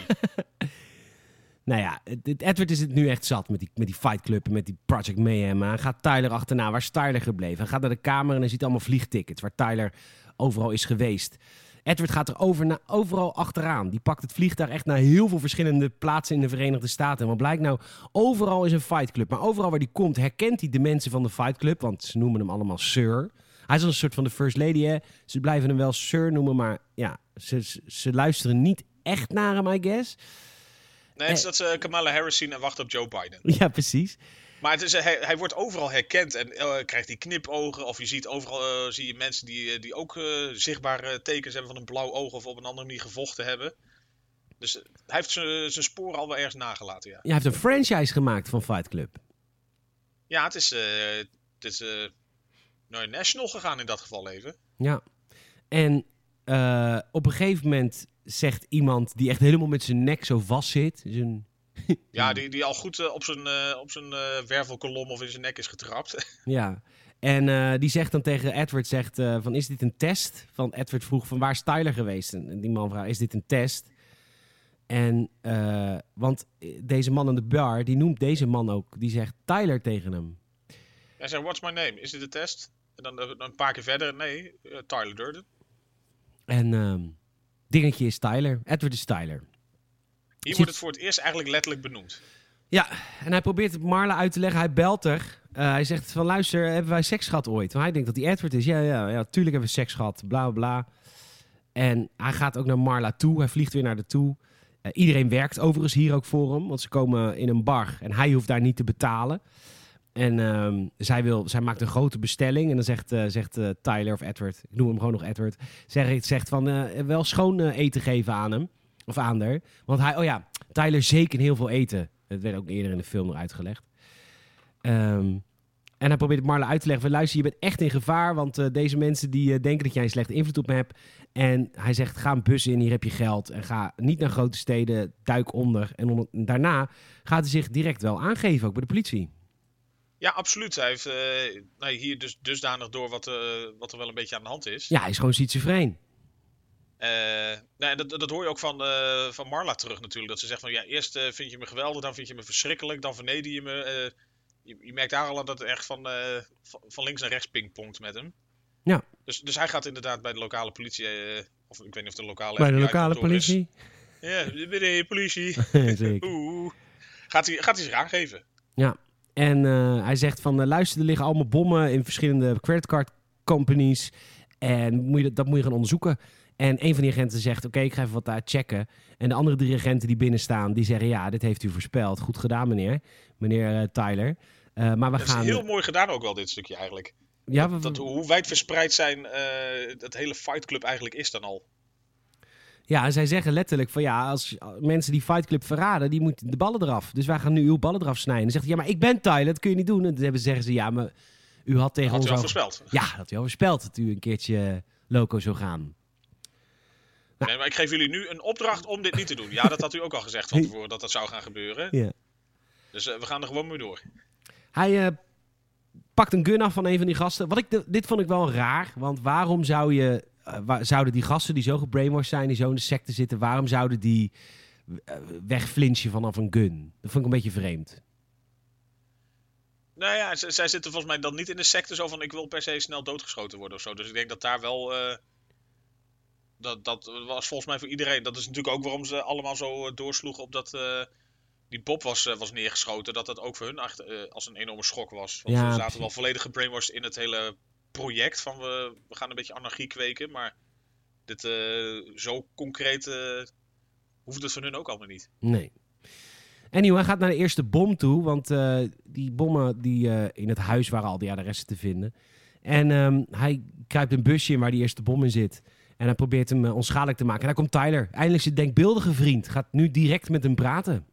Nou ja, Edward is het nu echt zat met die Fight Club en met die Project Mayhem. Hij gaat Tyler achterna. Waar is Tyler gebleven? Hij gaat naar de kamer en hij ziet allemaal vliegtickets waar Tyler overal is geweest. Edward gaat er overal achteraan. Die pakt het vliegtuig echt naar heel veel verschillende plaatsen in de Verenigde Staten. En wat blijkt nou? Overal is een Fight Club. Maar overal waar hij komt herkent hij de mensen van de Fight Club. Want ze noemen hem allemaal Sir. Hij is al een soort van de First Lady, hè. Ze blijven hem wel Sir noemen, maar ja, ze luisteren niet echt naar hem, I guess. Nee, het is dat ze Kamala Harris zien en wachten op Joe Biden. Ja, precies. Maar het is, hij wordt overal herkend en krijgt die knipogen. Of je ziet overal zie je mensen die ook zichtbare tekens hebben van een blauw oog of op een andere manier gevochten hebben. Dus hij heeft zijn sporen al wel ergens nagelaten, ja. Ja, hij heeft een franchise gemaakt van Fight Club. Ja, het is naar National gegaan in dat geval even. Ja. En op een gegeven moment zegt iemand die echt helemaal met zijn nek zo vast zit. Ja, die al goed op zijn wervelkolom of in zijn nek is getrapt. Ja. En die zegt dan tegen Edward, van is dit een test? Van Edward vroeg van waar is Tyler geweest? En die man vraagt, is dit een test? En want deze man aan de bar, die noemt deze man ook, die zegt Tyler tegen hem. Hij zegt, what's my name? Is dit een test? En dan een paar keer verder, nee, Tyler Durden. En dingetje is Tyler. Edward is Tyler. Hier wordt het voor het eerst eigenlijk letterlijk benoemd. Ja, en hij probeert het Marla uit te leggen. Hij belt er. Hij zegt van luister, hebben wij seks gehad ooit? Want hij denkt dat hij Edward is. Ja, tuurlijk hebben we seks gehad. Bla, bla. En hij gaat ook naar Marla toe. Hij vliegt weer naar de toe. Iedereen werkt overigens hier ook voor hem. Want ze komen in een bar. En hij hoeft daar niet te betalen. En zij maakt een grote bestelling. En dan zegt Tyler of Edward, ik noem hem gewoon nog Edward, zegt van wel schoon eten geven aan hem. Of aan haar. Want Tyler zeker heel veel eten. Dat werd ook eerder in de film nog uitgelegd. En hij probeert het Marla uit te leggen. Luister, je bent echt in gevaar. Want deze mensen die denken dat jij een slechte invloed op me hebt. En hij zegt, ga een bus in, hier heb je geld. En ga niet naar grote steden, duik onder. En daarna gaat hij zich direct wel aangeven, ook bij de politie. Ja, absoluut. Hij heeft hier dusdanig door wat er wel een beetje aan de hand is. Ja, hij is gewoon schizofreen. Dat hoor je ook van Marla terug natuurlijk. Dat ze zegt van ja, eerst vind je me geweldig, dan vind je me verschrikkelijk, dan verneder je me. Je merkt daar al aan dat het echt van links naar rechts pingpongt met hem. Ja. Dus hij gaat inderdaad bij de lokale politie, of ik weet niet of de lokale bij de lokale politie? Is. Ja, bij de politie. Zeker. Gaat hij zich aangeven. Ja. En hij zegt van luister, er liggen allemaal bommen in verschillende creditcard companies. En dat moet je gaan onderzoeken. En een van die agenten zegt, oké, ik ga even wat daar checken. En de andere 3 agenten die binnen staan, die zeggen, ja, dit heeft u voorspeld. Goed gedaan, meneer Tyler. Maar we gaan... Dat is heel mooi gedaan ook wel, dit stukje eigenlijk. Ja, hoe wijdverspreid zijn dat hele Fight Club eigenlijk is dan al. Ja, en zij zeggen letterlijk van ja, als mensen die Fight Club verraden, die moeten de ballen eraf. Dus wij gaan nu uw ballen eraf snijden. En dan zegt hij, ja, maar ik ben Tyler, dat kun je niet doen. En dan zeggen ze, ja, maar u had tegen ons al voorspeld. Ja, dat had u al voorspeld dat u een keertje loco zou gaan. Nou. Nee, maar ik geef jullie nu een opdracht om dit niet te doen. Ja, dat had u ook al gezegd van tevoren dat zou gaan gebeuren. Ja. Dus we gaan er gewoon mee door. Hij pakt een gun af van een van die gasten. Dit vond ik wel raar, want waarom zouden die gasten die zo gebrainwashed zijn, die zo in de secte zitten, waarom zouden die wegflinchen vanaf een gun? Dat vond ik een beetje vreemd. Nou ja, zij zitten volgens mij dan niet in de secte zo van ik wil per se snel doodgeschoten worden of zo. Dus ik denk dat daar wel... Dat was volgens mij voor iedereen. Dat is natuurlijk ook waarom ze allemaal zo doorsloegen op dat die Bob was neergeschoten. Dat ook voor hun als een enorme schok was. Want ja, ze zaten wel volledig gebrainwashed in het hele project. Van we gaan een beetje anarchie kweken. Maar dit zo concreet hoeft het van hun ook allemaal niet. Nee. Anyway, hij gaat naar de eerste bom toe. Want die bommen in het huis waren al die adressen te vinden. En hij kruipt een busje in waar die eerste bom in zit. En hij probeert hem onschadelijk te maken. En daar komt Tyler. Eindelijk zijn denkbeeldige vriend. Gaat nu direct met hem praten.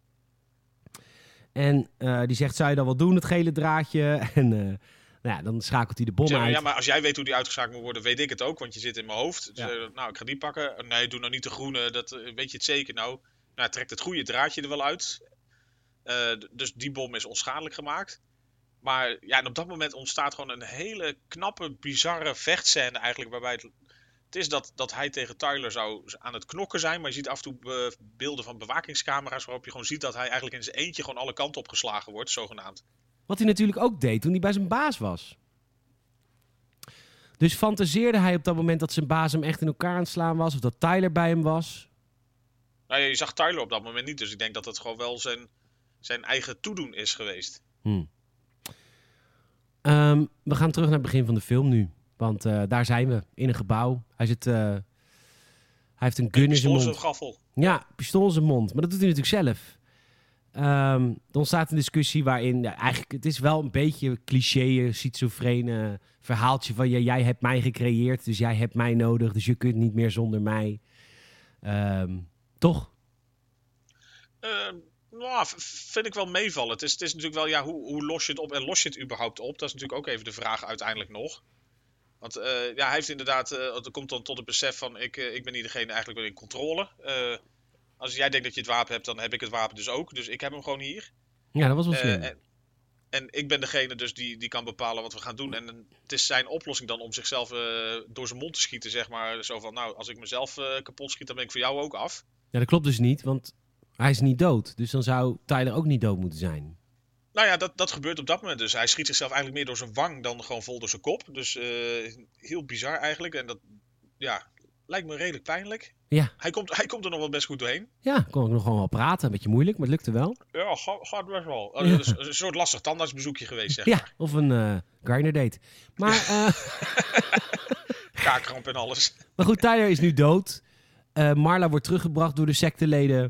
En die zegt, zou je dat wel doen, het gele draadje? En dan schakelt hij de bom uit. Ja, maar als jij weet hoe die uitgeschakeld moet worden, weet ik het ook. Want je zit in mijn hoofd. Dus, ik ga die pakken. Nee, doe nou niet de groene. Dat weet je het zeker nou. Nou, trekt het goede draadje er wel uit. Dus die bom is onschadelijk gemaakt. Maar ja, en op dat moment ontstaat gewoon een hele knappe, bizarre vechtscène eigenlijk. Waarbij het is dat hij tegen Tyler zou aan het knokken zijn. Maar je ziet af en toe beelden van bewakingscamera's waarop je gewoon ziet dat hij eigenlijk in zijn eentje gewoon alle kanten opgeslagen wordt, zogenaamd. Wat hij natuurlijk ook deed toen hij bij zijn baas was. Dus fantaseerde hij op dat moment dat zijn baas hem echt in elkaar aan het slaan was? Of dat Tyler bij hem was? Nou ja, je zag Tyler op dat moment niet. Dus ik denk dat het gewoon wel zijn eigen toedoen is geweest. We gaan terug naar het begin van de film nu. Want daar zijn we, in een gebouw. Hij heeft een gun in zijn mond. Een gaffel. Ja, pistool in zijn mond. Maar dat doet hij natuurlijk zelf. Er ontstaat een discussie waarin... eigenlijk, het is wel een beetje cliché, schizofrene verhaaltje van... jij hebt mij gecreëerd, dus jij hebt mij nodig. Dus je kunt niet meer zonder mij. Toch? Nou, vind ik wel meevallen. Het is natuurlijk wel, hoe los je het op en los je het überhaupt op? Dat is natuurlijk ook even de vraag uiteindelijk nog. Want hij heeft inderdaad, er komt dan tot het besef van, ik ben niet degene eigenlijk in controle. Als jij denkt dat je het wapen hebt, dan heb ik het wapen dus ook. Dus ik heb hem gewoon hier. Ja, dat was wel slim. En ik ben degene dus die kan bepalen wat we gaan doen. En het is zijn oplossing dan om zichzelf door zijn mond te schieten, zeg maar. Zo van, nou, als ik mezelf kapot schiet, dan ben ik voor jou ook af. Ja, dat klopt dus niet, want hij is niet dood. Dus dan zou Tyler ook niet dood moeten zijn. Nou ja, dat gebeurt op dat moment dus. Hij schiet zichzelf eigenlijk meer door zijn wang dan gewoon vol door zijn kop. Dus heel bizar eigenlijk. En dat, lijkt me redelijk pijnlijk. Ja. Hij komt er nog wel best goed doorheen. Ja, kon ik nog gewoon wel praten. Een beetje moeilijk, maar het lukte wel. Ja, gaat best wel. Dat is een soort lastig tandartsbezoekje geweest, zeg maar. Ja, of een Garner date. Maar, kaakkramp en alles. Maar goed, Tyler is nu dood. Marla wordt teruggebracht door de secteleden.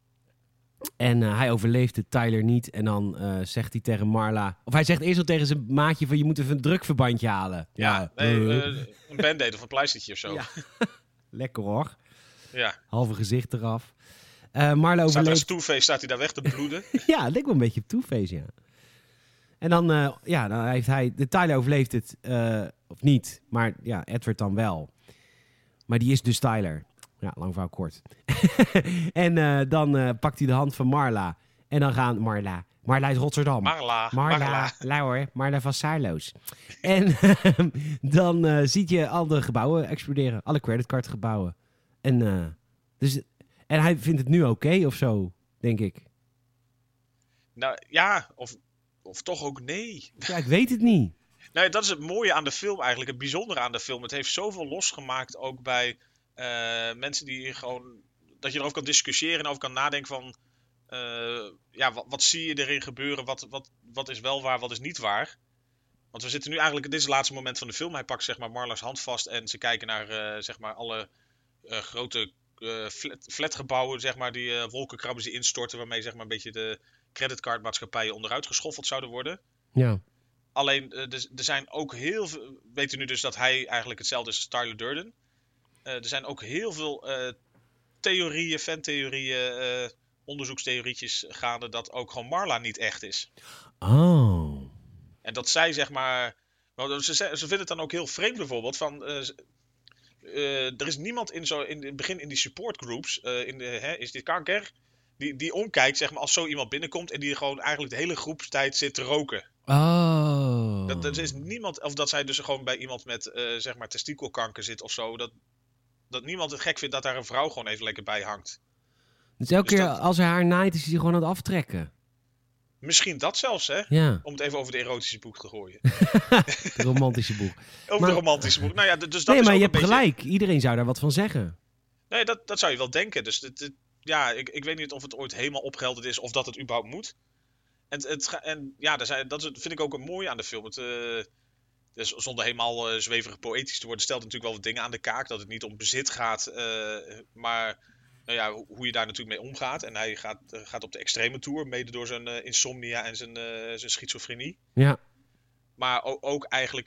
En hij overleeft het, Tyler niet. En dan zegt hij tegen Marla... Of hij zegt eerst al tegen zijn maatje van... je moet even een drukverbandje halen. Een band-aid of een pleistertje of zo. Ja. Lekker hoor. Ja. Halve gezicht eraf. Marla overleeft... Staat hij daar weg te bloeden? Ja, het lijkt wel een beetje op Two-Face, ja. En dan heeft hij... De Tyler overleeft het, of niet. Maar ja, Edward dan wel. Maar die is dus Tyler. Ja, lang verhaal kort. En dan pakt hij de hand van Marla. En dan gaan... Marla is Rotterdam. Marla hoor. Marla van Saarloos. En dan zie je al de gebouwen exploderen. Alle creditcardgebouwen. En hij vindt het nu oké of zo, denk ik. Nou ja, of toch ook nee. Ja, ik weet het niet. Nou, dat is het mooie aan de film eigenlijk. Het bijzondere aan de film. Het heeft zoveel losgemaakt ook bij mensen die gewoon... Dat je erover kan discussiëren en over kan nadenken van... wat zie je erin gebeuren? Wat is wel waar, wat is niet waar? Want we zitten nu eigenlijk... Dit is het laatste moment van de film. Hij pakt zeg maar Marla's hand vast en ze kijken naar zeg maar alle grote flatgebouwen, zeg maar, die wolkenkrabbers die instorten, waarmee zeg maar een beetje de creditcardmaatschappijen onderuit geschoffeld zouden worden. Ja. Alleen, er zijn ook heel veel... We weten nu dus dat hij eigenlijk hetzelfde is als Tyler Durden. Er zijn ook heel veel theorieën, fantheorieën, onderzoekstheorietjes gaande dat ook gewoon Marla niet echt is. Oh. En dat zij zeg maar... Ze vinden het dan ook heel vreemd bijvoorbeeld van... er is niemand in het begin in die supportgroups, is dit kanker, die omkijkt zeg maar als zo iemand binnenkomt en die gewoon eigenlijk de hele groepstijd zit te roken. Oh. Dat is niemand, of dat zij dus gewoon bij iemand met zeg maar testikelkanker zit of zo, dat niemand het gek vindt dat daar een vrouw gewoon even lekker bij hangt. Dus elke keer als hij haar naait, is hij gewoon aan het aftrekken. Misschien dat zelfs, hè? Ja. Om het even over de erotische boek te gooien. De romantische boek. De romantische boek. Nou ja, dus dat nee, is maar ook je een hebt beetje... gelijk. Iedereen zou daar wat van zeggen. Nee, dat zou je wel denken. Dus ik weet niet of het ooit helemaal opgehelderd is of dat het überhaupt moet. Dat vind ik ook een mooie aan de film. Dus zonder helemaal zweverig poëtisch te worden, stelt natuurlijk wel wat dingen aan de kaak. Dat het niet om bezit gaat. Maar hoe je daar natuurlijk mee omgaat. En hij gaat op de extreme tour, mede door zijn insomnia en zijn schizofrenie. Ja. Maar ook eigenlijk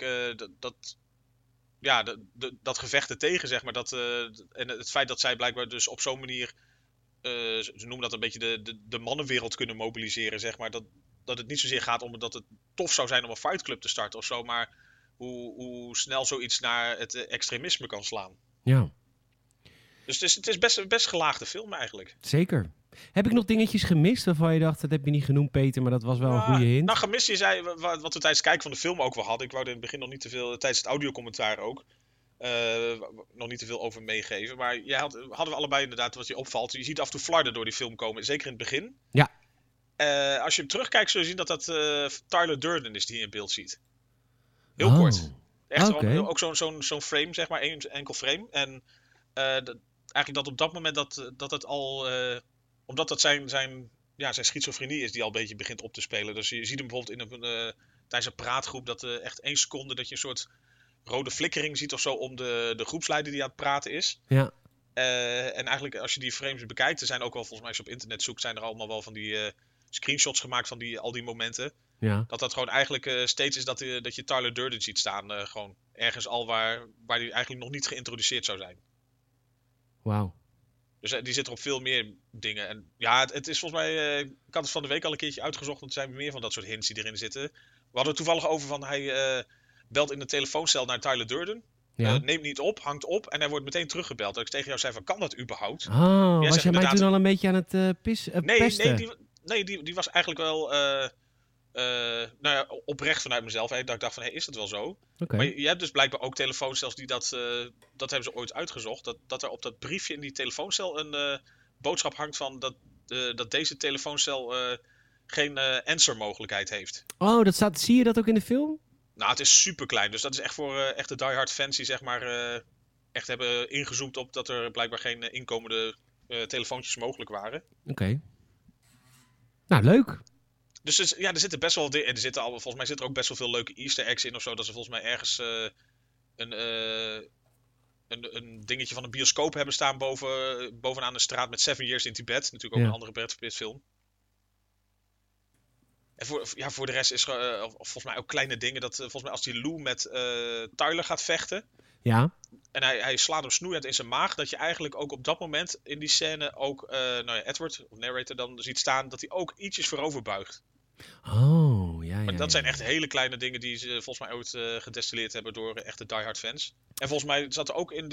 dat gevecht ertegen, zeg maar. En het feit dat zij blijkbaar dus op zo'n manier, ze noemen dat een beetje de mannenwereld kunnen mobiliseren, zeg maar. Dat het niet zozeer gaat om dat het tof zou zijn om een fightclub te starten of zo, maar hoe snel zoiets naar het extremisme kan slaan. Ja. Dus het is best gelaagde film eigenlijk. Zeker. Heb ik nog dingetjes gemist waarvan je dacht, dat heb je niet genoemd, Peter, maar dat was wel een goede hint? Nou, gemist, je zei, wat we tijdens het kijken van de film ook wel hadden. Ik wou er in het begin nog niet te veel, tijdens het audiocommentaar ook, nog niet te veel over meegeven. Maar hadden we allebei inderdaad wat je opvalt. Je ziet af en toe flarden door die film komen, zeker in het begin. Ja. Als je hem terugkijkt, zul je zien dat Tyler Durden is die je in beeld ziet. Heel kort. Echt ook zo'n frame, zeg maar, één enkel frame. En eigenlijk dat op dat moment dat het al... omdat dat zijn schizofrenie is die al een beetje begint op te spelen. Dus je ziet hem bijvoorbeeld tijdens een praatgroep dat echt 1 seconde dat je een soort rode flikkering ziet of zo om de groepsleider die aan het praten is. Ja. En eigenlijk als je die frames bekijkt, er zijn ook wel volgens mij als je op internet zoekt, zijn er allemaal wel van die screenshots gemaakt van al die momenten. Ja. Dat gewoon eigenlijk steeds is dat je Tyler Durden ziet staan. Gewoon ergens al waar die eigenlijk nog niet geïntroduceerd zou zijn. Wauw. Dus die zit er op veel meer dingen. En ja, het is volgens mij... ik had het van de week al een keertje uitgezocht, want er zijn meer van dat soort hints die erin zitten. We hadden het toevallig over van hij belt in de telefooncel naar Tyler Durden. Ja. Neemt niet op, hangt op en hij wordt meteen teruggebeld. Dat ik tegen jou zei van, kan dat überhaupt? Oh, was jij mij toen al een beetje aan het pesten? Nee, die was eigenlijk wel oprecht vanuit mezelf. Dat ik dacht van, is dat wel zo? Okay. Maar je hebt dus blijkbaar ook telefooncels die dat hebben ze ooit uitgezocht. Dat er op dat briefje in die telefooncel een boodschap hangt van dat deze telefooncel geen answer mogelijkheid heeft. Oh, zie je dat ook in de film? Nou, het is super klein. Dus dat is echt voor echte diehard fans die zeg maar echt hebben ingezoomd op dat er blijkbaar geen inkomende telefoontjes mogelijk waren. Oké. Nou, leuk. Dus er zitten best wel... volgens mij zit er ook best wel veel leuke easter eggs in of zo. Dat ze volgens mij ergens een dingetje van een bioscoop hebben staan bovenaan de straat met 7 Years in Tibet. Natuurlijk ook een andere Brad Pitt film. En voor de rest is volgens mij ook kleine dingen. Dat volgens mij als die Lou met Tyler gaat vechten. Ja. En hij slaat hem snoeiend in zijn maag. Dat je eigenlijk ook op dat moment in die scène ook Edward, of narrator, dan ziet staan dat hij ook ietsjes voorover buigt. Oh, ja. Maar dat zijn echt hele kleine dingen die ze volgens mij ooit gedestilleerd hebben door echte diehard fans. En volgens mij zat er ook in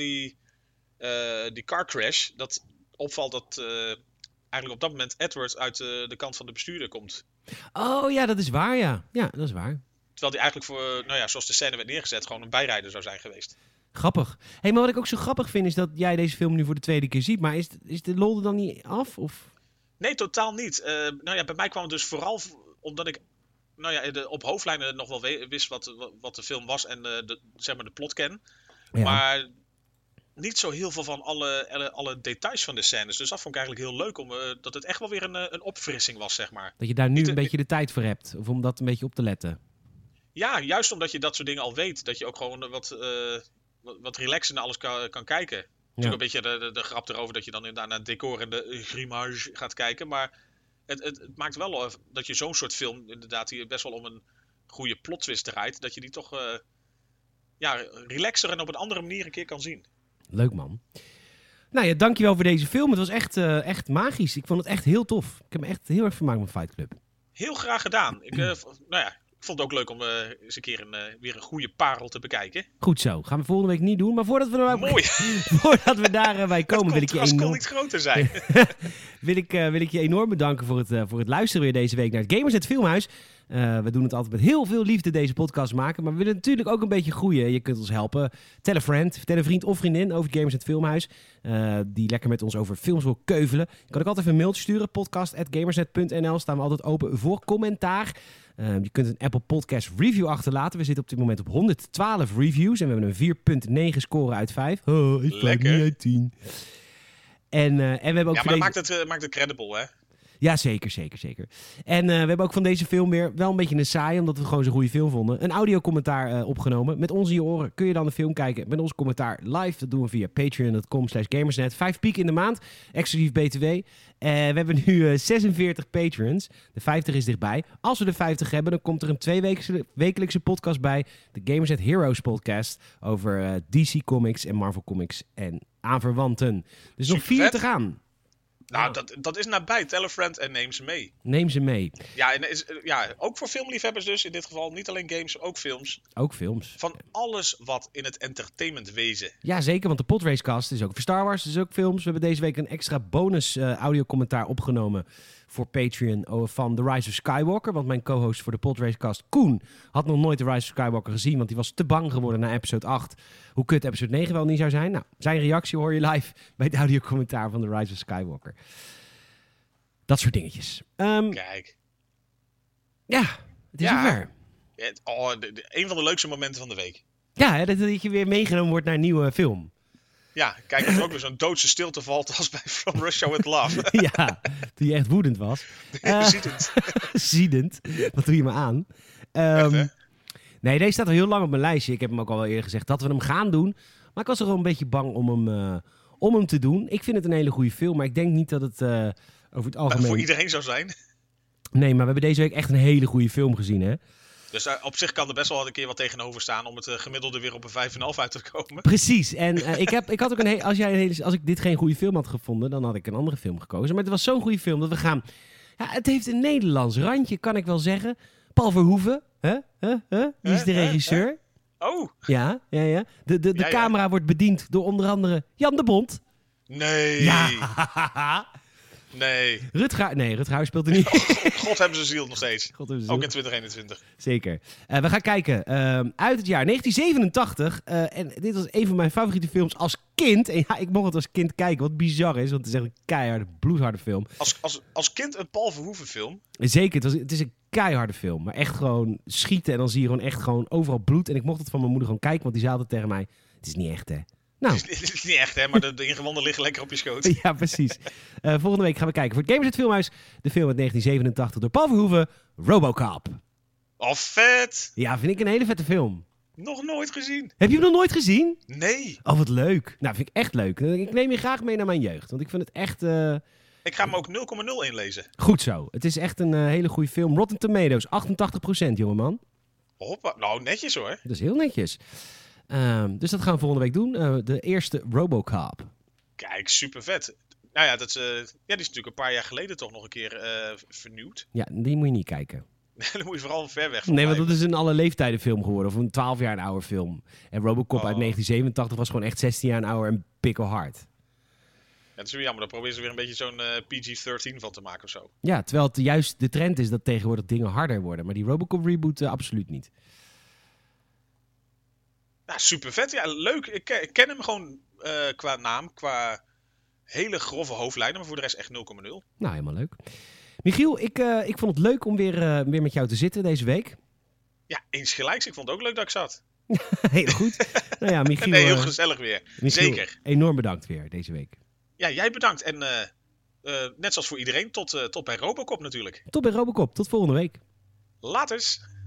die car crash dat opvalt dat eigenlijk op dat moment Edward uit de kant van de bestuurder komt. Oh ja, dat is waar, ja. Ja, dat is waar. Terwijl hij eigenlijk zoals de scène werd neergezet, gewoon een bijrijder zou zijn geweest. Grappig. Maar wat ik ook zo grappig vind is dat jij deze film nu voor de 2e keer ziet. Maar is de lol er dan niet af? Of? Nee, totaal niet. Bij mij kwam het dus vooral omdat ik op hoofdlijnen nog wel wist wat de film was en de plot ken. Ja. Maar niet zo heel veel van alle details van de scènes. Dus dat vond ik eigenlijk heel leuk, dat het echt wel weer een opfrissing was, zeg maar. Dat je daar nu een beetje de tijd voor hebt, of om dat een beetje op te letten. Ja, juist omdat je dat soort dingen al weet. Dat je ook gewoon wat relaxer naar alles kan kijken. Ja. Natuurlijk een beetje de grap erover dat je dan inderdaad naar het decor en de grimage gaat kijken. Maar het maakt wel dat je zo'n soort film, inderdaad, die best wel om een goede plot twist draait. Dat je die toch relaxer en op een andere manier een keer kan zien. Leuk, man. Nou ja, dankjewel voor deze film. Het was echt magisch. Ik vond het echt heel tof. Ik heb me echt heel erg vermaakt met Fight Club. Heel graag gedaan. Ik vond het ook leuk om eens een keer weer een goede parel te bekijken. Goed zo. Gaan we volgende week niet doen. Maar voordat we Mooi. Voordat we daarbij komen, wil ik je enorm... kon niet groter zijn. wil ik je enorm bedanken voor het luisteren weer deze week naar het Gamersnet Filmhuis. We doen het altijd met heel veel liefde deze podcast maken. Maar we willen natuurlijk ook een beetje groeien. Je kunt ons helpen. Tel een vriend of vriendin over het Gamersnet Filmhuis. Die lekker met ons over films wil keuvelen. Je kan ook altijd even een mailtje sturen. podcast@gamersnet.nl. Staan we altijd open voor commentaar. Je kunt een Apple Podcast review achterlaten. We zitten op dit moment op 112 reviews. En we hebben een 4,9 score uit 5. Ik val niet uit 10. En we hebben ook maar dat maakt het credible, hè? Ja, zeker. En we hebben ook van deze film weer wel een beetje een saai, omdat we het gewoon zo'n goede film vonden. Een audiocommentaar opgenomen. Met ons in je oren kun je dan de film kijken met ons commentaar live. Dat doen we via patreon.com/gamersnet. 5 piek in de maand, exclusief BTW. We hebben nu 46 patrons. De 50 is dichtbij. Als we de 50 hebben, dan komt er een 2-wekelijkse podcast bij. De Gamersnet Heroes podcast over DC Comics en Marvel Comics en aanverwanten. Dus nog 4 te gaan. Nou, dat is nabij. Tell a friend en neem ze mee. Neem ze mee. Ja, en ook voor filmliefhebbers dus in dit geval. Niet alleen games, ook films. Ook films. Van alles wat in het entertainment wezen. Ja, zeker, want de Podracecast is ook voor Star Wars, is ook films. We hebben deze week een extra bonus audiocommentaar opgenomen voor Patreon van The Rise of Skywalker. Want mijn co-host voor de Podracecast, Koen, had nog nooit The Rise of Skywalker gezien, want die was te bang geworden na episode 8. Hoe kut episode 9 wel niet zou zijn. Nou, zijn reactie hoor je live bij het audiocommentaar van The Rise of Skywalker. Dat soort dingetjes. Kijk. Ja, het is zover. Een van de leukste momenten van de week. Ja, hè, dat je weer meegenomen wordt naar een nieuwe film. Ja, kijk, dat er ook weer zo'n doodse stilte valt als bij From Russia With Love. Ja, toen je echt woedend was. Ziedend. Ziedend. Wat doe je me aan? Nee, deze staat al heel lang op mijn lijstje. Ik heb hem ook al wel eerder gezegd dat we hem gaan doen. Maar ik was er wel een beetje bang om hem te doen. Ik vind het een hele goede film, maar ik denk niet dat het over het algemeen... voor iedereen zou zijn. Nee, maar we hebben deze week echt een hele goede film gezien, hè? Dus op zich kan er best wel een keer wat tegenover staan om het gemiddelde weer op een 5,5 uit te komen. Precies. En ik had ook als ik dit geen goede film had gevonden, dan had ik een andere film gekozen. Maar het was zo'n goede film dat we gaan... Ja, het heeft een Nederlands randje, kan ik wel zeggen. Paul Verhoeven, die is de regisseur. Oh! Ja. De camera wordt bediend door onder andere Jan de Bont. Nee! Ja! Nee. Rutger speelt er niet. God hebben ze ziel nog steeds. God hebben ze ook ziel. in 2021. Zeker. We gaan kijken uit het jaar 1987. En dit was een van mijn favoriete films als kind. En ja, ik mocht het als kind kijken, wat bizar is. Want het is echt een keiharde, bloedharde film. Als kind een Paul Verhoeven film? Zeker, het is een keiharde film. Maar echt gewoon schieten en dan zie je gewoon echt gewoon overal bloed. En ik mocht het van mijn moeder gewoon kijken, want die zei altijd tegen mij... Het is niet echt, hè? Nou. Het is niet echt, hè, maar de ingewanden liggen lekker op je schoot. Ja, precies. Volgende week gaan we kijken voor het Gamersnet Filmhuis. De film uit 1987 door Paul Verhoeven, Robocop. Oh, vet! Ja, vind ik een hele vette film. Nog nooit gezien. Heb je hem nog nooit gezien? Nee. Oh, wat leuk. Nou, vind ik echt leuk. Ik neem je graag mee naar mijn jeugd, want ik vind het echt... Ik ga hem ook 0,0 inlezen. Goed zo. Het is echt een hele goede film. Rotten Tomatoes, 88%, jongeman. Hoppa. Nou, netjes hoor. Dat is heel netjes. Dus dat gaan we volgende week doen. De eerste Robocop. Kijk, super vet. Nou ja, die is natuurlijk een paar jaar geleden toch nog een keer vernieuwd. Ja, die moet je niet kijken. Dan moet je vooral ver weg van Nee, want blijven. dat is een alle leeftijden film geworden. Of een 12 jaar een oude film. En Robocop uit 1987 was gewoon echt 16 jaar een ouder en pikkelhard. Ja, dat is weer jammer. Dan proberen ze weer een beetje zo'n PG-13 van te maken of zo. Ja, terwijl het juist de trend is dat tegenwoordig dingen harder worden. Maar die Robocop reboot absoluut niet. Nou, super vet. Ja, leuk. Ik ken hem gewoon qua naam, qua hele grove hoofdlijnen. Maar voor de rest echt 0,0. Nou, helemaal leuk. Michiel, ik vond het leuk om weer met jou te zitten deze week. Ja, eens gelijks. Ik vond het ook leuk dat ik zat. Heel goed. Nou ja, Michiel... Nee, heel gezellig weer. Michiel, zeker. Enorm bedankt weer deze week. Ja, jij bedankt. En net zoals voor iedereen, tot bij Robocop natuurlijk. Tot bij Robocop. Tot volgende week. Laters.